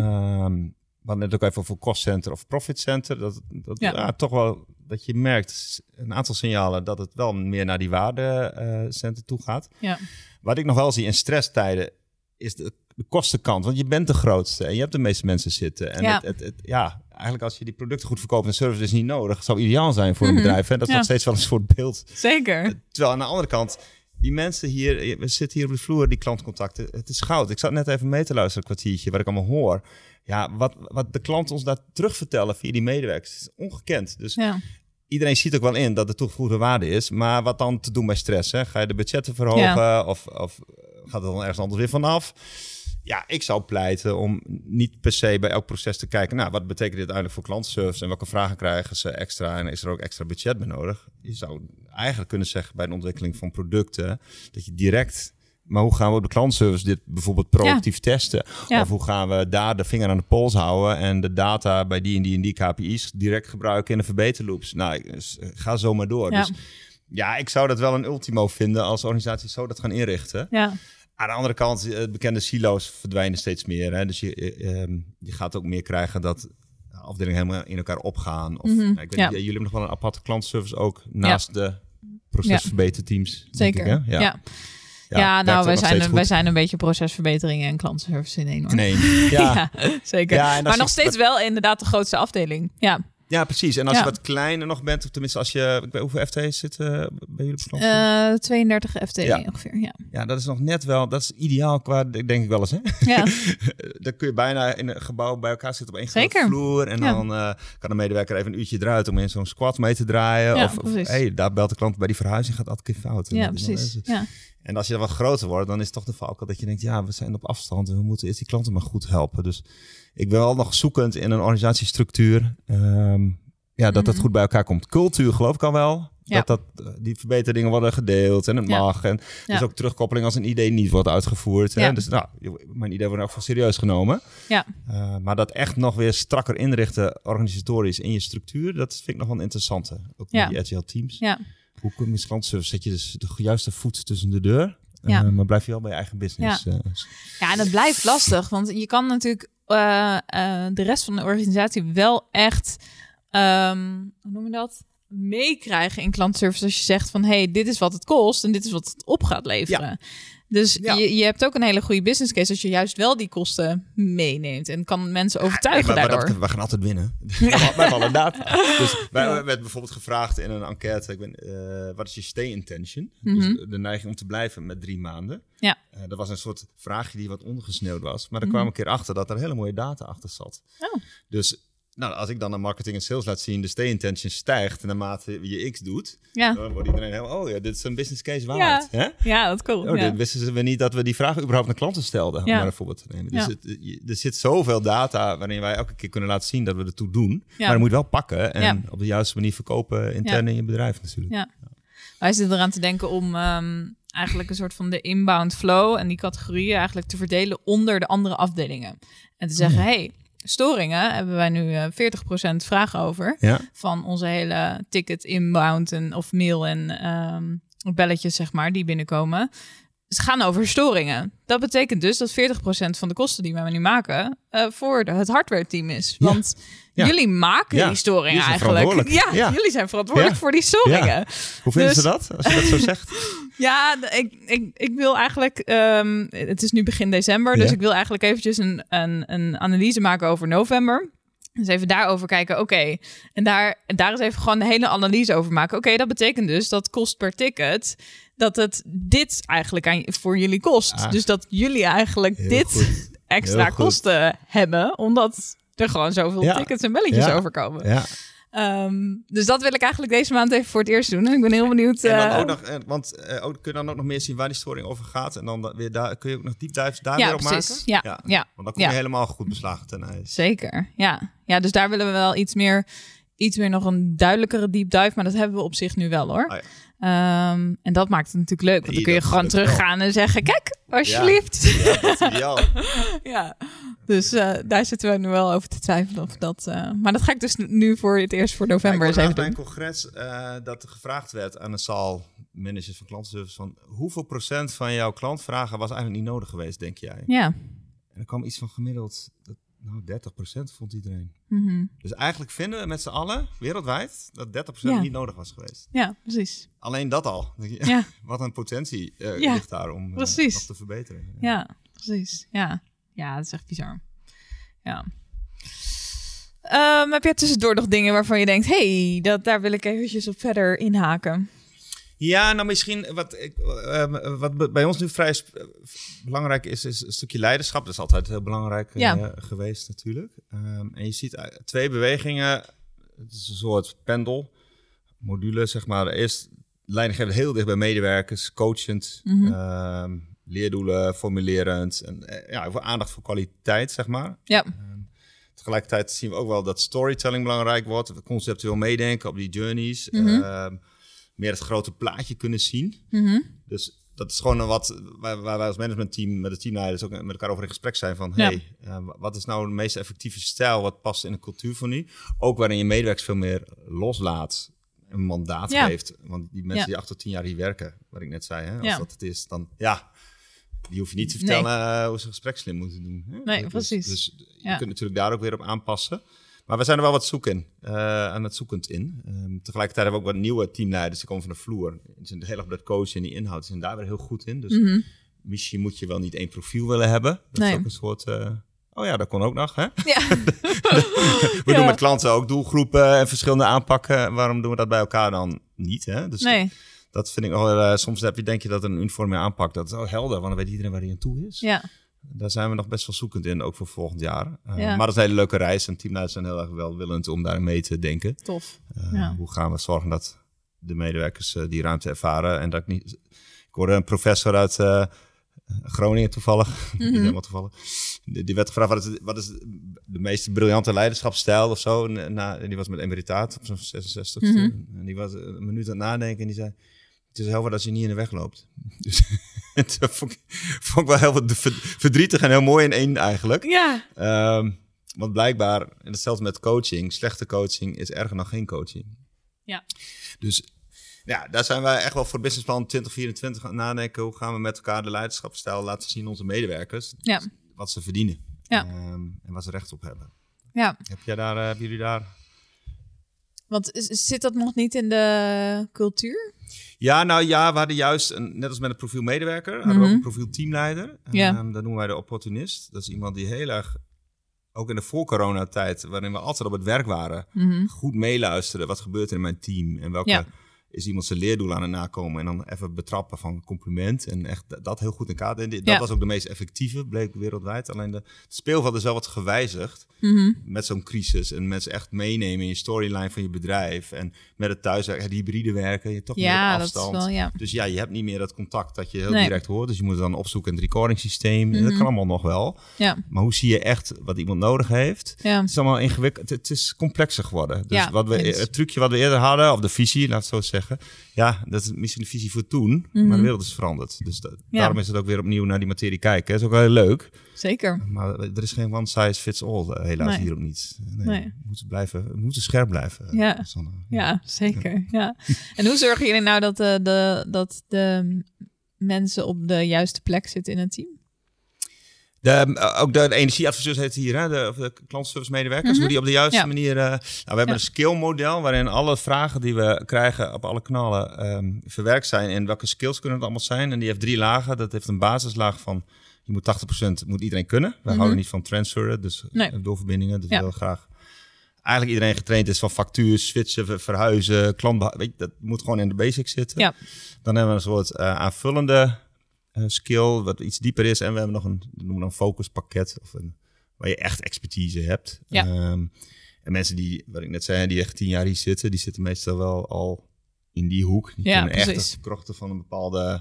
We hadden net ook even voor cost center of profit center. Dat toch wel dat je merkt een aantal signalen dat het wel meer naar die waardecenter toe gaat. Ja. Wat ik nog wel zie in stresstijden is de kostenkant. Want je bent de grootste en je hebt de meeste mensen zitten. En eigenlijk als je die producten goed verkoopt en service is niet nodig, zou ideaal zijn voor een bedrijf. Hè? Dat is nog steeds wel een soort beeld. Zeker. Terwijl aan de andere kant, die mensen hier, we zitten hier op de vloer, die klantcontacten, het is goud. Ik zat net even mee te luisteren, een kwartiertje, wat ik allemaal hoor. Ja, wat de klanten ons daar terug vertellen via die medewerkers, is ongekend. Dus iedereen ziet ook wel in dat de toegevoegde waarde is. Maar wat dan te doen bij stress? Hè? Ga je de budgetten verhogen of gaat het dan ergens anders weer vanaf? Ja, ik zou pleiten om niet per se bij elk proces te kijken... nou, wat betekent dit uiteindelijk voor klantenservice en welke vragen krijgen ze extra en is er ook extra budget bij nodig? Je zou eigenlijk kunnen zeggen bij de ontwikkeling van producten dat je direct... Maar hoe gaan we op de klantenservice dit bijvoorbeeld proactief testen? Ja. Of hoe gaan we daar de vinger aan de pols houden en de data bij die en die KPI's direct gebruiken in de verbeterloops? Nou, ga zo maar door. Ja. Dus ja, ik zou dat wel een ultimo vinden als organisaties zo dat gaan inrichten. Ja. Aan de andere kant, bekende silo's verdwijnen steeds meer. Hè? Dus je gaat ook meer krijgen dat afdelingen helemaal in elkaar opgaan. Of, ik weet niet, jullie hebben nog wel een aparte klantenservice ook naast de procesverbeterteams. Zeker, denk ik, hè? Ja, nou, wij zijn een beetje procesverbeteringen en klantenservice in één. Hoor. Nee, ja, zeker. Ja, maar nog steeds wel inderdaad de grootste afdeling. Ja, precies. En als je wat kleiner nog bent, of tenminste als je... Ik weet, hoeveel FTE's zitten bij jullie op 32 FTE ongeveer, Ja, dat is nog net wel... Dat is ideaal qua, denk ik wel eens, hè? Ja. Dan kun je bijna in een gebouw bij elkaar zitten op één grote vloer. En dan kan een medewerker even een uurtje eruit om in zo'n squad mee te draaien. Of daar belt de klant bij die verhuizing, gaat altijd keer fout. Ja, precies. En als je dan wat groter wordt, dan is het toch de valkuil dat je denkt... ja, we zijn op afstand en we moeten eerst die klanten maar goed helpen. Dus ik ben wel nog zoekend in een organisatiestructuur. Dat goed bij elkaar komt. Cultuur geloof ik al wel. Ja. Dat die verbeteringen worden gedeeld en het mag. En dus ook terugkoppeling als een idee niet wordt uitgevoerd. Hè? Dus mijn idee wordt ook van serieus genomen. Ja. Maar dat echt nog weer strakker inrichten organisatorisch in je structuur... dat vind ik nog wel een interessante. Ook met die agile teams. Ja. Hoe kom je klantenservice? Zet je dus de juiste voet tussen de deur... maar blijf je wel bij je eigen business. Ja, en dat blijft lastig. Want je kan natuurlijk de rest van de organisatie wel echt... hoe noem je dat? meekrijgen in klantservice als je zegt van hey, dit is wat het kost en dit is wat het op gaat leveren. Ja. Dus je hebt ook een hele goede business case als je juist wel die kosten meeneemt en kan mensen overtuigen daardoor. We gaan altijd winnen. Wij vallen data. Dus wij werden bijvoorbeeld gevraagd in een enquête, wat is je stay intention? Dus de neiging om te blijven met 3 maanden. Ja. Dat was een soort vraagje die wat ondergesneeuwd was. Maar er kwam een keer achter dat er hele mooie data achter zat. Oh. Dus als ik dan aan marketing en sales laat zien, de stay intention stijgt naarmate je X doet, dan wordt iedereen helemaal, dit is een business case waard. Ja, hè? Ja, dat klopt. Dit wisten we niet dat we die vraag überhaupt naar klanten stelden, om maar een voorbeeld te nemen. Dus er zit zoveel data waarin wij elke keer kunnen laten zien dat we ertoe doen. Ja. Maar dan moet je wel pakken en op de juiste manier verkopen intern in je bedrijf natuurlijk. Ja. Wij zitten eraan te denken om eigenlijk een soort van de inbound flow en die categorieën eigenlijk te verdelen onder de andere afdelingen. En te zeggen, hey, storingen hebben wij nu 40% vragen over van onze hele ticket inbound of mail en belletjes zeg maar die binnenkomen. Ze gaan over storingen. Dat betekent dus dat 40% van de kosten die wij nu maken voor het hardware team is. Want jullie maken die storingen eigenlijk. Jullie zijn verantwoordelijk voor die storingen. Ja. Hoe vinden ze dat, als je dat zo zegt? Ja, ik wil eigenlijk... het is nu begin december, dus ik wil eigenlijk eventjes een analyse maken over november. Dus even daarover kijken, oké. En daar is even gewoon de hele analyse over maken. Oké, dat betekent dus dat kost per ticket, dat het dit eigenlijk voor jullie kost. Dus dat jullie eigenlijk dit extra kosten hebben, omdat er gewoon zoveel tickets en belletjes overkomen. Ja. Dus dat wil ik eigenlijk deze maand even voor het eerst doen. En ik ben heel benieuwd. En dan ook nog, kun je dan ook nog meer zien waar die storing over gaat. En dan weer daar kun je ook nog deep dives daar weer op precies. maken. Ja. Want dan kom je helemaal goed beslagen ten ijs. Zeker, ja. Dus daar willen we wel iets meer nog een duidelijkere deep dive. Maar dat hebben we op zich nu wel hoor. En dat maakt het natuurlijk leuk. Want dan kun je gewoon teruggaan en zeggen, kijk, alsjeblieft. Ja, dat is ideaal. Ja. Dus daar zitten we nu wel over te twijfelen of dat... maar dat ga ik dus nu voor het eerst voor november eens even doen. Bij een congres dat er gevraagd werd aan een zaal managers van klantenservice van hoeveel procent van jouw klantvragen was eigenlijk niet nodig geweest, denk jij? Ja. En er kwam iets van gemiddeld 30% vond iedereen. Dus eigenlijk vinden we met z'n allen wereldwijd dat 30% niet nodig was geweest. Ja, precies. Alleen dat al. Wat een potentie ligt daar om nog te verbeteren. Ja, precies. Ja, dat is echt bizar. Ja. Heb je tussendoor nog dingen waarvan je denkt, hey, daar wil ik eventjes op verder inhaken? Ja, nou misschien wat bij ons nu vrij belangrijk is een stukje leiderschap. Dat is altijd heel belangrijk geweest natuurlijk. En je ziet 2 bewegingen. Het is een soort pendelmodule, zeg maar. Eerst leidinggeven heel dicht bij medewerkers, coachend, leerdoelen, formulerend. En voor aandacht voor kwaliteit, zeg maar. Ja. Tegelijkertijd zien we ook wel dat storytelling belangrijk wordt. Conceptueel meedenken op die journeys. Meer het grote plaatje kunnen zien. Dus dat is gewoon waar wij als managementteam met de teamleiders ook met elkaar over in gesprek zijn van wat is nou de meest effectieve stijl, wat past in een cultuur van nu? Ook waarin je medewerkers veel meer loslaat, een mandaat geeft. Want die mensen die 8 tot 10 jaar hier werken, wat ik net zei, hè, als dat het is, dan die hoef je niet te vertellen hoe ze gesprekslim moeten doen. Hè? Nee, precies. Dus je kunt natuurlijk daar ook weer op aanpassen. Maar we zijn er wel wat aan het zoekend in. Tegelijkertijd hebben we ook wat nieuwe teamleiders. Die komen van de vloer. Die zijn heel erg op dat coachen en die inhoud. Die zijn daar weer heel goed in. Dus misschien moet je wel niet 1 profiel willen hebben. Dat is ook een soort... dat kon ook nog, hè? Ja. We doen met klanten ook doelgroepen en verschillende aanpakken. Waarom doen we dat bij elkaar dan niet, hè? Dus dat vind ik nog wel... soms denk je dat een uniforme aanpak... Dat is al helder, want dan weet iedereen waar hij aan toe is. Ja. Daar zijn we nog best wel zoekend in, ook voor volgend jaar. Maar dat is een hele leuke reis. En teamleiders zijn heel erg welwillend om daarin mee te denken. Tof. Hoe gaan we zorgen dat de medewerkers die ruimte ervaren? En dat ik hoorde een professor uit Groningen toevallig. Niet helemaal toevallig. Die werd gevraagd, wat is de meest briljante leiderschapsstijl of zo? En die was met emeritaat op zo'n 66. En die was een minuut aan het nadenken en die zei... Het is heel wat als je niet in de weg loopt. Dus dat vond ik wel heel verdrietig en heel mooi in één eigenlijk. Ja. Want blijkbaar, en hetzelfde met coaching, slechte coaching is erger dan geen coaching. Ja. Dus daar zijn wij echt wel voor businessplan 2024 aan het nadenken. Hoe gaan we met elkaar de leiderschapsstijl laten zien onze medewerkers? Ja. Wat ze verdienen. Ja. En wat ze recht op hebben. Ja. Hebben jullie daar... Want zit dat nog niet in de cultuur? Ja, we hadden juist, net als met het profiel medewerker, hadden we ook een profiel teamleider. Dat noemen wij de opportunist. Dat is iemand die heel erg, ook in de voor-corona-tijd, waarin we altijd op het werk waren, goed meeluisteren. Wat gebeurt er in mijn team? En welke is iemand zijn leerdoel aan het nakomen? En dan even betrappen van compliment. En echt dat heel goed in kaart. Dat was ook de meest effectieve, bleek wereldwijd. Alleen het speelveld is wel wat gewijzigd. Met zo'n crisis. En mensen echt meenemen in je storyline van je bedrijf. En met het thuiswerken, het hybride werken. Je toch meer op afstand. Dat is wel, Dus je hebt niet meer dat contact dat je heel direct hoort. Dus je moet het dan opzoeken in het recording systeem. Dat kan allemaal nog wel. Ja. Maar hoe zie je echt wat iemand nodig heeft? Ja. Het is allemaal ingewikkeld. Het is complexer geworden. Dus het trucje wat we eerder hadden, of de visie, laat het zo zeggen. Ja, dat is misschien de visie voor toen. Maar de wereld is veranderd. Dus daarom is het ook weer opnieuw naar die materie kijken. Dat is ook wel heel leuk. Zeker. Maar er is geen one size fits all, helaas hier ook niet. Nee. We moeten scherp blijven. Ja, zeker. Ja. En hoe zorgen jullie nou dat de mensen op de juiste plek zitten in het team? Ook de energieadviseurs heet hier, hè? De klantservice medewerkers. Hoe die op de juiste manier... we hebben een skill-model waarin alle vragen die we krijgen op alle kanalen verwerkt zijn. En welke skills kunnen het allemaal zijn? En die heeft 3 lagen. Dat heeft een basislaag van... Je moet 80% moet iedereen kunnen. We houden niet van transferen, dus doorverbindingen. Dus we willen graag... Eigenlijk iedereen getraind is van factuur, switchen, verhuizen, dat moet gewoon in de basics zitten. Ja. Dan hebben we een soort aanvullende... skill, wat iets dieper is. En we hebben nog een focuspakket, waar je echt expertise hebt. Ja. En mensen die, wat ik net zei, die echt 10 jaar hier zitten, die zitten meestal wel al in die hoek. Die kunnen echt de krochten van een bepaalde...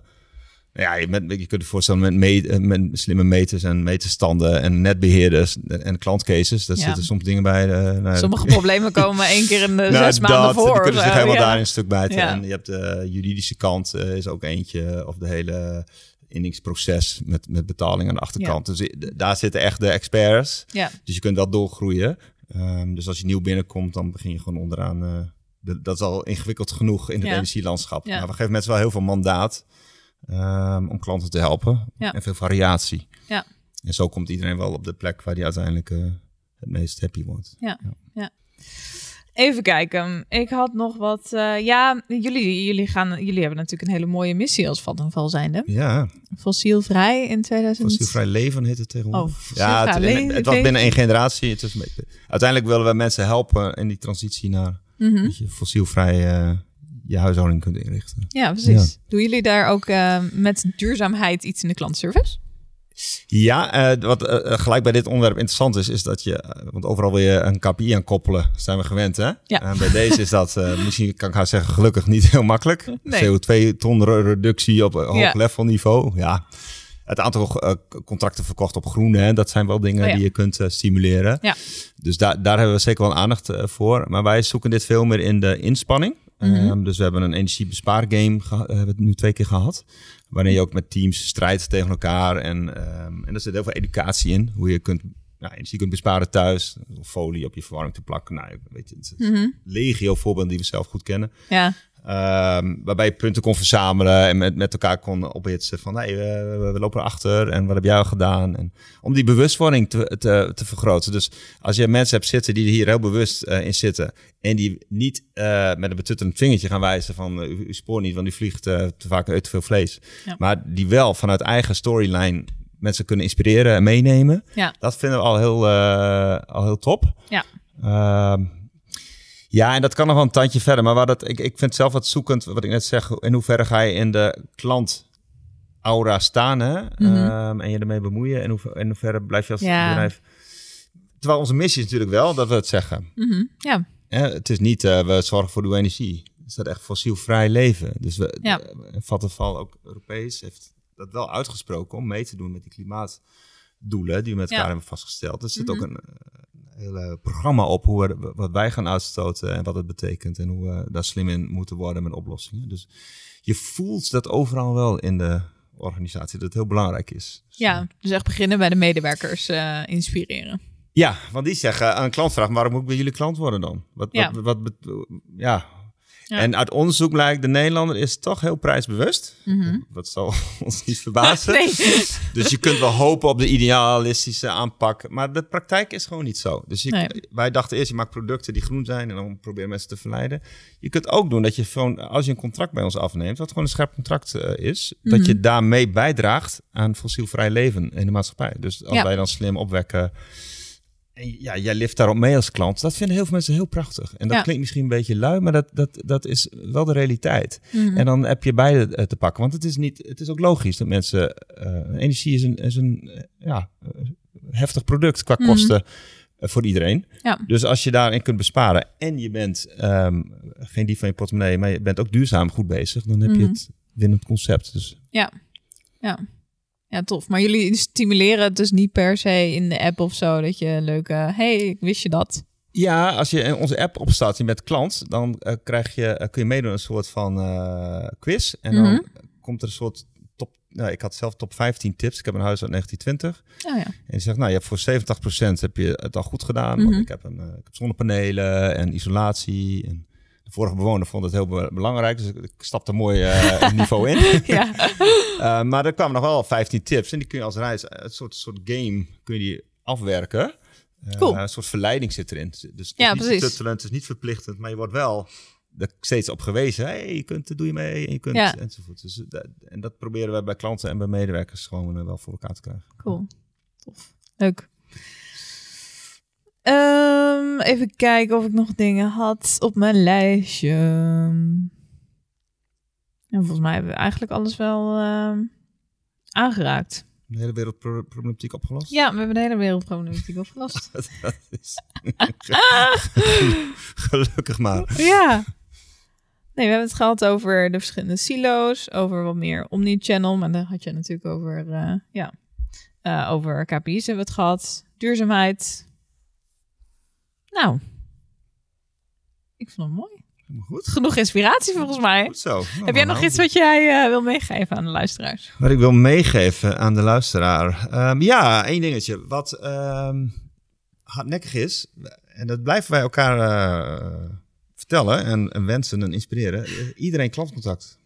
je kunt je voorstellen met slimme meters en meterstanden en netbeheerders en klantcases. Daar zitten soms dingen bij. Sommige problemen komen 1 keer in de 6 maanden voor. Die kunnen zich helemaal daar een stuk bijten. Ja. En je hebt de juridische kant, is ook eentje, of de hele... inningsproces met betaling aan de achterkant. Dus daar zitten echt de experts. Ja. Dus je kunt wel doorgroeien. Dus als je nieuw binnenkomt, dan begin je gewoon onderaan. Dat is al ingewikkeld genoeg in het energielandschap. Ja. Maar we geven mensen wel heel veel mandaat om klanten te helpen. En veel variatie. Ja. En zo komt iedereen wel op de plek waar die uiteindelijk het meest happy wordt. Ja. Even kijken. Ik had nog wat... jullie hebben natuurlijk een hele mooie missie als Vattenfall zijnde. Ja. Fossielvrij in 2000. Fossielvrij leven heet het tegenwoordig. Het was binnen 1 generatie. Uiteindelijk willen we mensen helpen in die transitie naar dat je fossielvrij je huishouding kunt inrichten. Ja, precies. Ja. Doen jullie daar ook met duurzaamheid iets in de klantservice? Ja, wat gelijk bij dit onderwerp interessant is dat want overal wil je een KPI aan koppelen, zijn we gewend, hè? Ja. En bij deze is dat, misschien kan ik haar zeggen, gelukkig niet heel makkelijk. Nee. CO2-ton reductie op hoog level niveau, ja. Het aantal contracten verkocht op groen, hè, dat zijn wel dingen die je kunt stimuleren. Ja. Dus daar hebben we zeker wel aandacht voor. Maar wij zoeken dit veel meer in de inspanning. Dus we hebben een energiebespaargame hebben we nu 2 keer gehad. Waarin je ook met teams strijdt tegen elkaar. En er zit heel veel educatie in. Hoe je energie kunt besparen thuis. Of folie op je verwarming te plakken. Nou, weet je, het is legio voorbeelden die we zelf goed kennen. Ja. Waarbij je punten kon verzamelen en met elkaar kon ophitsen van we lopen erachter en wat heb jij al gedaan? En om die bewustwording te vergroten. Dus als je mensen hebt zitten die er hier heel bewust in zitten en die niet met een betuttelend vingertje gaan wijzen van u spoort niet, want u vliegt te vaak uit te veel vlees. Ja. Maar die wel vanuit eigen storyline mensen kunnen inspireren en meenemen. Ja. Dat vinden we al heel top. Ja. Ja, en dat kan nog wel een tandje verder. Maar ik vind het zelf wat zoekend, wat ik net zeg. In hoeverre ga je in de klant-aura staan, hè? En je ermee bemoeien. En in hoeverre blijf je als bedrijf... Terwijl onze missie is natuurlijk wel dat we het zeggen. Ja. Het is niet, we zorgen voor uw energie. Het is echt fossielvrij leven. Dus Vattenfall, ook Europees, heeft dat wel uitgesproken om mee te doen met die klimaatdoelen die we met elkaar hebben vastgesteld. Er zit ook een hele programma op wat wij gaan uitstoten en wat het betekent en hoe we daar slim in moeten worden met oplossingen. Dus je voelt dat overal wel in de organisatie dat het heel belangrijk is. Dus echt beginnen bij de medewerkers inspireren. Ja, want die zeggen aan een klant vraagt, waarom moet ik bij jullie klant worden dan? Ja. En uit onderzoek blijkt, de Nederlander is toch heel prijsbewust. Dat zal ons niet verbazen. Nee. Dus je kunt wel hopen op de idealistische aanpak. Maar de praktijk is gewoon niet zo. Dus wij dachten eerst, je maakt producten die groen zijn en dan proberen mensen te verleiden. Je kunt ook doen dat je gewoon, als je een contract bij ons afneemt, wat gewoon een scherp contract is, dat je daarmee bijdraagt aan fossielvrij leven in de maatschappij. Dus als wij dan slim opwekken. En jij lift daarop mee als klant. Dat vinden heel veel mensen heel prachtig. En dat klinkt misschien een beetje lui, maar dat is wel de realiteit. En dan heb je beide te pakken. Want het is ook logisch dat mensen... energie is een heftig product qua kosten voor iedereen. Ja. Dus als je daarin kunt besparen en je bent geen dief van je portemonnee, maar je bent ook duurzaam goed bezig, dan heb je het winnend concept. Dus. Ja, tof. Maar jullie stimuleren het dus niet per se in de app of zo, dat je een leuke, wist je dat? Ja, als je onze app opstart, je bent klant, dan kun je meedoen een soort van quiz. En dan komt er een soort ik had zelf top 15 tips. Ik heb een huis uit 1920. Oh ja. En je zegt, je hebt voor 70% heb je het al goed gedaan. Want ik heb zonnepanelen en isolatie en... De vorige bewoner vond het heel belangrijk, dus ik stapte mooi het niveau in. Maar er kwamen nog wel 15 tips en die kun je als reis, een soort game, kun je die afwerken. Cool. Een soort verleiding zit erin. Dus het is niet tuttelend, het is niet verplichtend, maar je wordt wel er steeds op gewezen. Hey, je kunt, doe je mee en je kunt enzovoort. Dus, en dat proberen wij bij klanten en bij medewerkers gewoon wel voor elkaar te krijgen. Cool, tof, leuk. Even kijken of ik nog dingen had op mijn lijstje. En volgens mij hebben we eigenlijk alles wel aangeraakt. De hele wereldproblematiek opgelost? Ja, we hebben de hele wereldproblematiek opgelost. Dat is gelukkig maar. Ja. Nee, we hebben het gehad over de verschillende silo's, over wat meer omnichannel, maar daar had je natuurlijk over, over KPI's hebben we het gehad, duurzaamheid. Nou, ik vond het mooi. Goed. Genoeg inspiratie volgens mij. Goed zo. Heb jij nog iets wat jij wil meegeven aan de luisteraars? Wat ik wil meegeven aan de luisteraar? Één dingetje. Wat hardnekkig is, en dat blijven wij elkaar vertellen en wensen en inspireren. Iedereen klantcontact.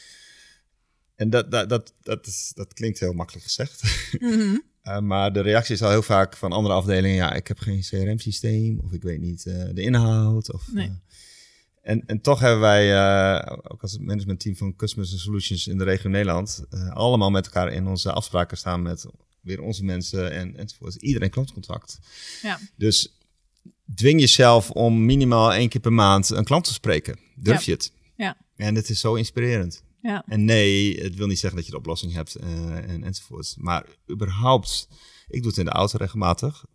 En dat klinkt heel makkelijk gezegd. Maar de reactie is al heel vaak van andere afdelingen. Ik heb geen CRM-systeem of ik weet niet de inhoud. En toch hebben wij, ook als het managementteam van Customers and Solutions in de regio Nederland, allemaal met elkaar in onze afspraken staan met weer onze mensen enzovoort. Iedereen klantcontact. Ja. Dus dwing jezelf om minimaal 1 keer per maand een klant te spreken. Durf je het? Ja. En het is zo inspirerend. Ja. En nee, het wil niet zeggen dat je de oplossing hebt enzovoort. Maar überhaupt, ik doe het in de auto regelmatig,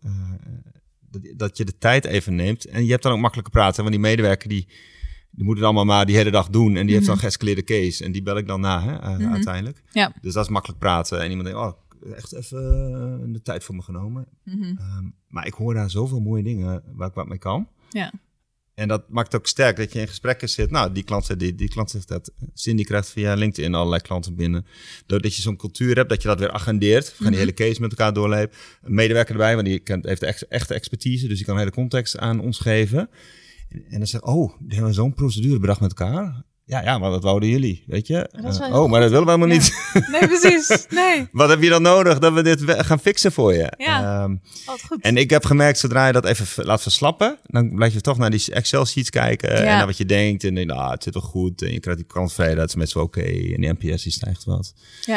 dat je de tijd even neemt. En je hebt dan ook makkelijke praten, want die medewerker die moet het allemaal maar die hele dag doen. En die heeft dan geëscaleerde case. En die bel ik dan na uiteindelijk. Ja. Dus dat is makkelijk praten. En iemand denkt, echt even de tijd voor me genomen. Maar ik hoor daar zoveel mooie dingen waar ik wat mee kan. Ja. En dat maakt ook sterk dat je in gesprekken zit. Nou, die klant zegt dit, die klant zegt dat. Cindy krijgt via LinkedIn allerlei klanten binnen. Doordat je zo'n cultuur hebt, dat je dat weer agendeert. We gaan die hele case met elkaar doorleven. Een medewerker erbij, want die heeft echte expertise. Dus die kan de hele context aan ons geven. En dan zegt, die hebben zo'n procedure bedacht met elkaar. Ja, maar wat wouden jullie, weet je? Maar dat willen we helemaal niet. Nee, precies. Nee. Wat heb je dan nodig dat we dit gaan fixen voor je? Ja, goed. En ik heb gemerkt, zodra je dat even laat verslappen, dan blijf je toch naar die Excel-sheets kijken en naar wat je denkt. En denk, het zit wel goed. En je krijgt die klanttevredenheid, het is met z'n oké. En die NPS die stijgt wat.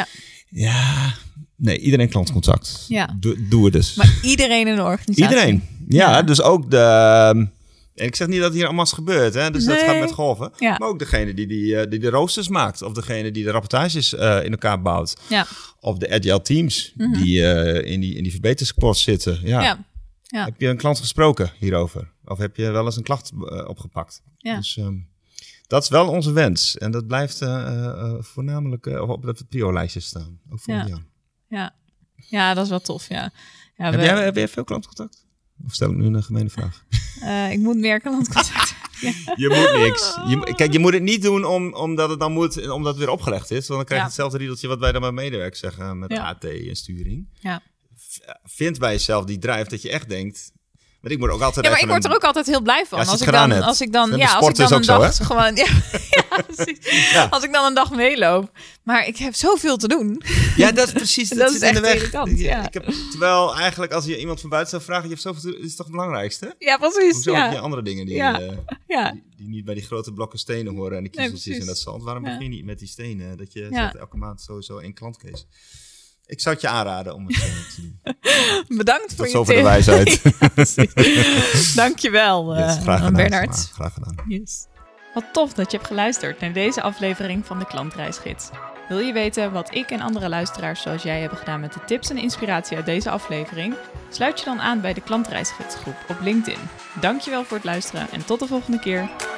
Ja. Nee, iedereen klantcontact. Ja. Doe het dus. Maar iedereen in de organisatie? Iedereen. Ja. Dus ook de... En ik zeg niet dat hier allemaal is gebeurd, hè? Dus dat gaat met golven. Ja. Maar ook degene die de roosters maakt. Of degene die de rapportages in elkaar bouwt. Ja. Of de agile teams die in die verbeterspots zitten. Ja. Heb je een klant gesproken hierover? Of heb je wel eens een klacht opgepakt? Ja. Dus dat is wel onze wens. En dat blijft voornamelijk op het prio-lijstje staan. Ook voor Jan. Ja, dat is wel tof, ja. Heb jij veel klantcontact? Of stel ik nu een gemene vraag? Ik moet meer klantcontact. Je moet niks. Je moet het niet doen omdat het dan moet, omdat het weer opgelegd is. Want dan krijg je hetzelfde riedeltje wat wij dan met medewerkers zeggen met AT en sturing. Ja. Vind bij jezelf die drive dat je echt denkt, Maar ik moet ook altijd maar ik word er ook altijd heel blij van. Ja, als ik dan een dag gewoon... precies. Ja. Als ik dan een dag meeloop. Maar ik heb zoveel te doen. Ja, dat is precies. dat is echt irritant. Ja. Terwijl eigenlijk als je iemand van buiten zou vragen... je hebt zoveel te doen, is toch het belangrijkste? Ja, precies. Hoezo heb je andere dingen die niet bij die grote blokken stenen horen... en de kiezeltjes en dat zand. Waarom begin je niet met die stenen? Dat je zet elke maand sowieso 1 klantcase. Ik zou het je aanraden om het te doen. Bedankt voor je tip. Tot zover de wijsheid. Dankjewel, Bernard. Graag gedaan. Yes. Wat tof dat je hebt geluisterd naar deze aflevering van de Klantreisgids. Wil je weten wat ik en andere luisteraars zoals jij hebben gedaan met de tips en inspiratie uit deze aflevering? Sluit je dan aan bij de Klantreisgidsgroep op LinkedIn. Dankjewel voor het luisteren en tot de volgende keer.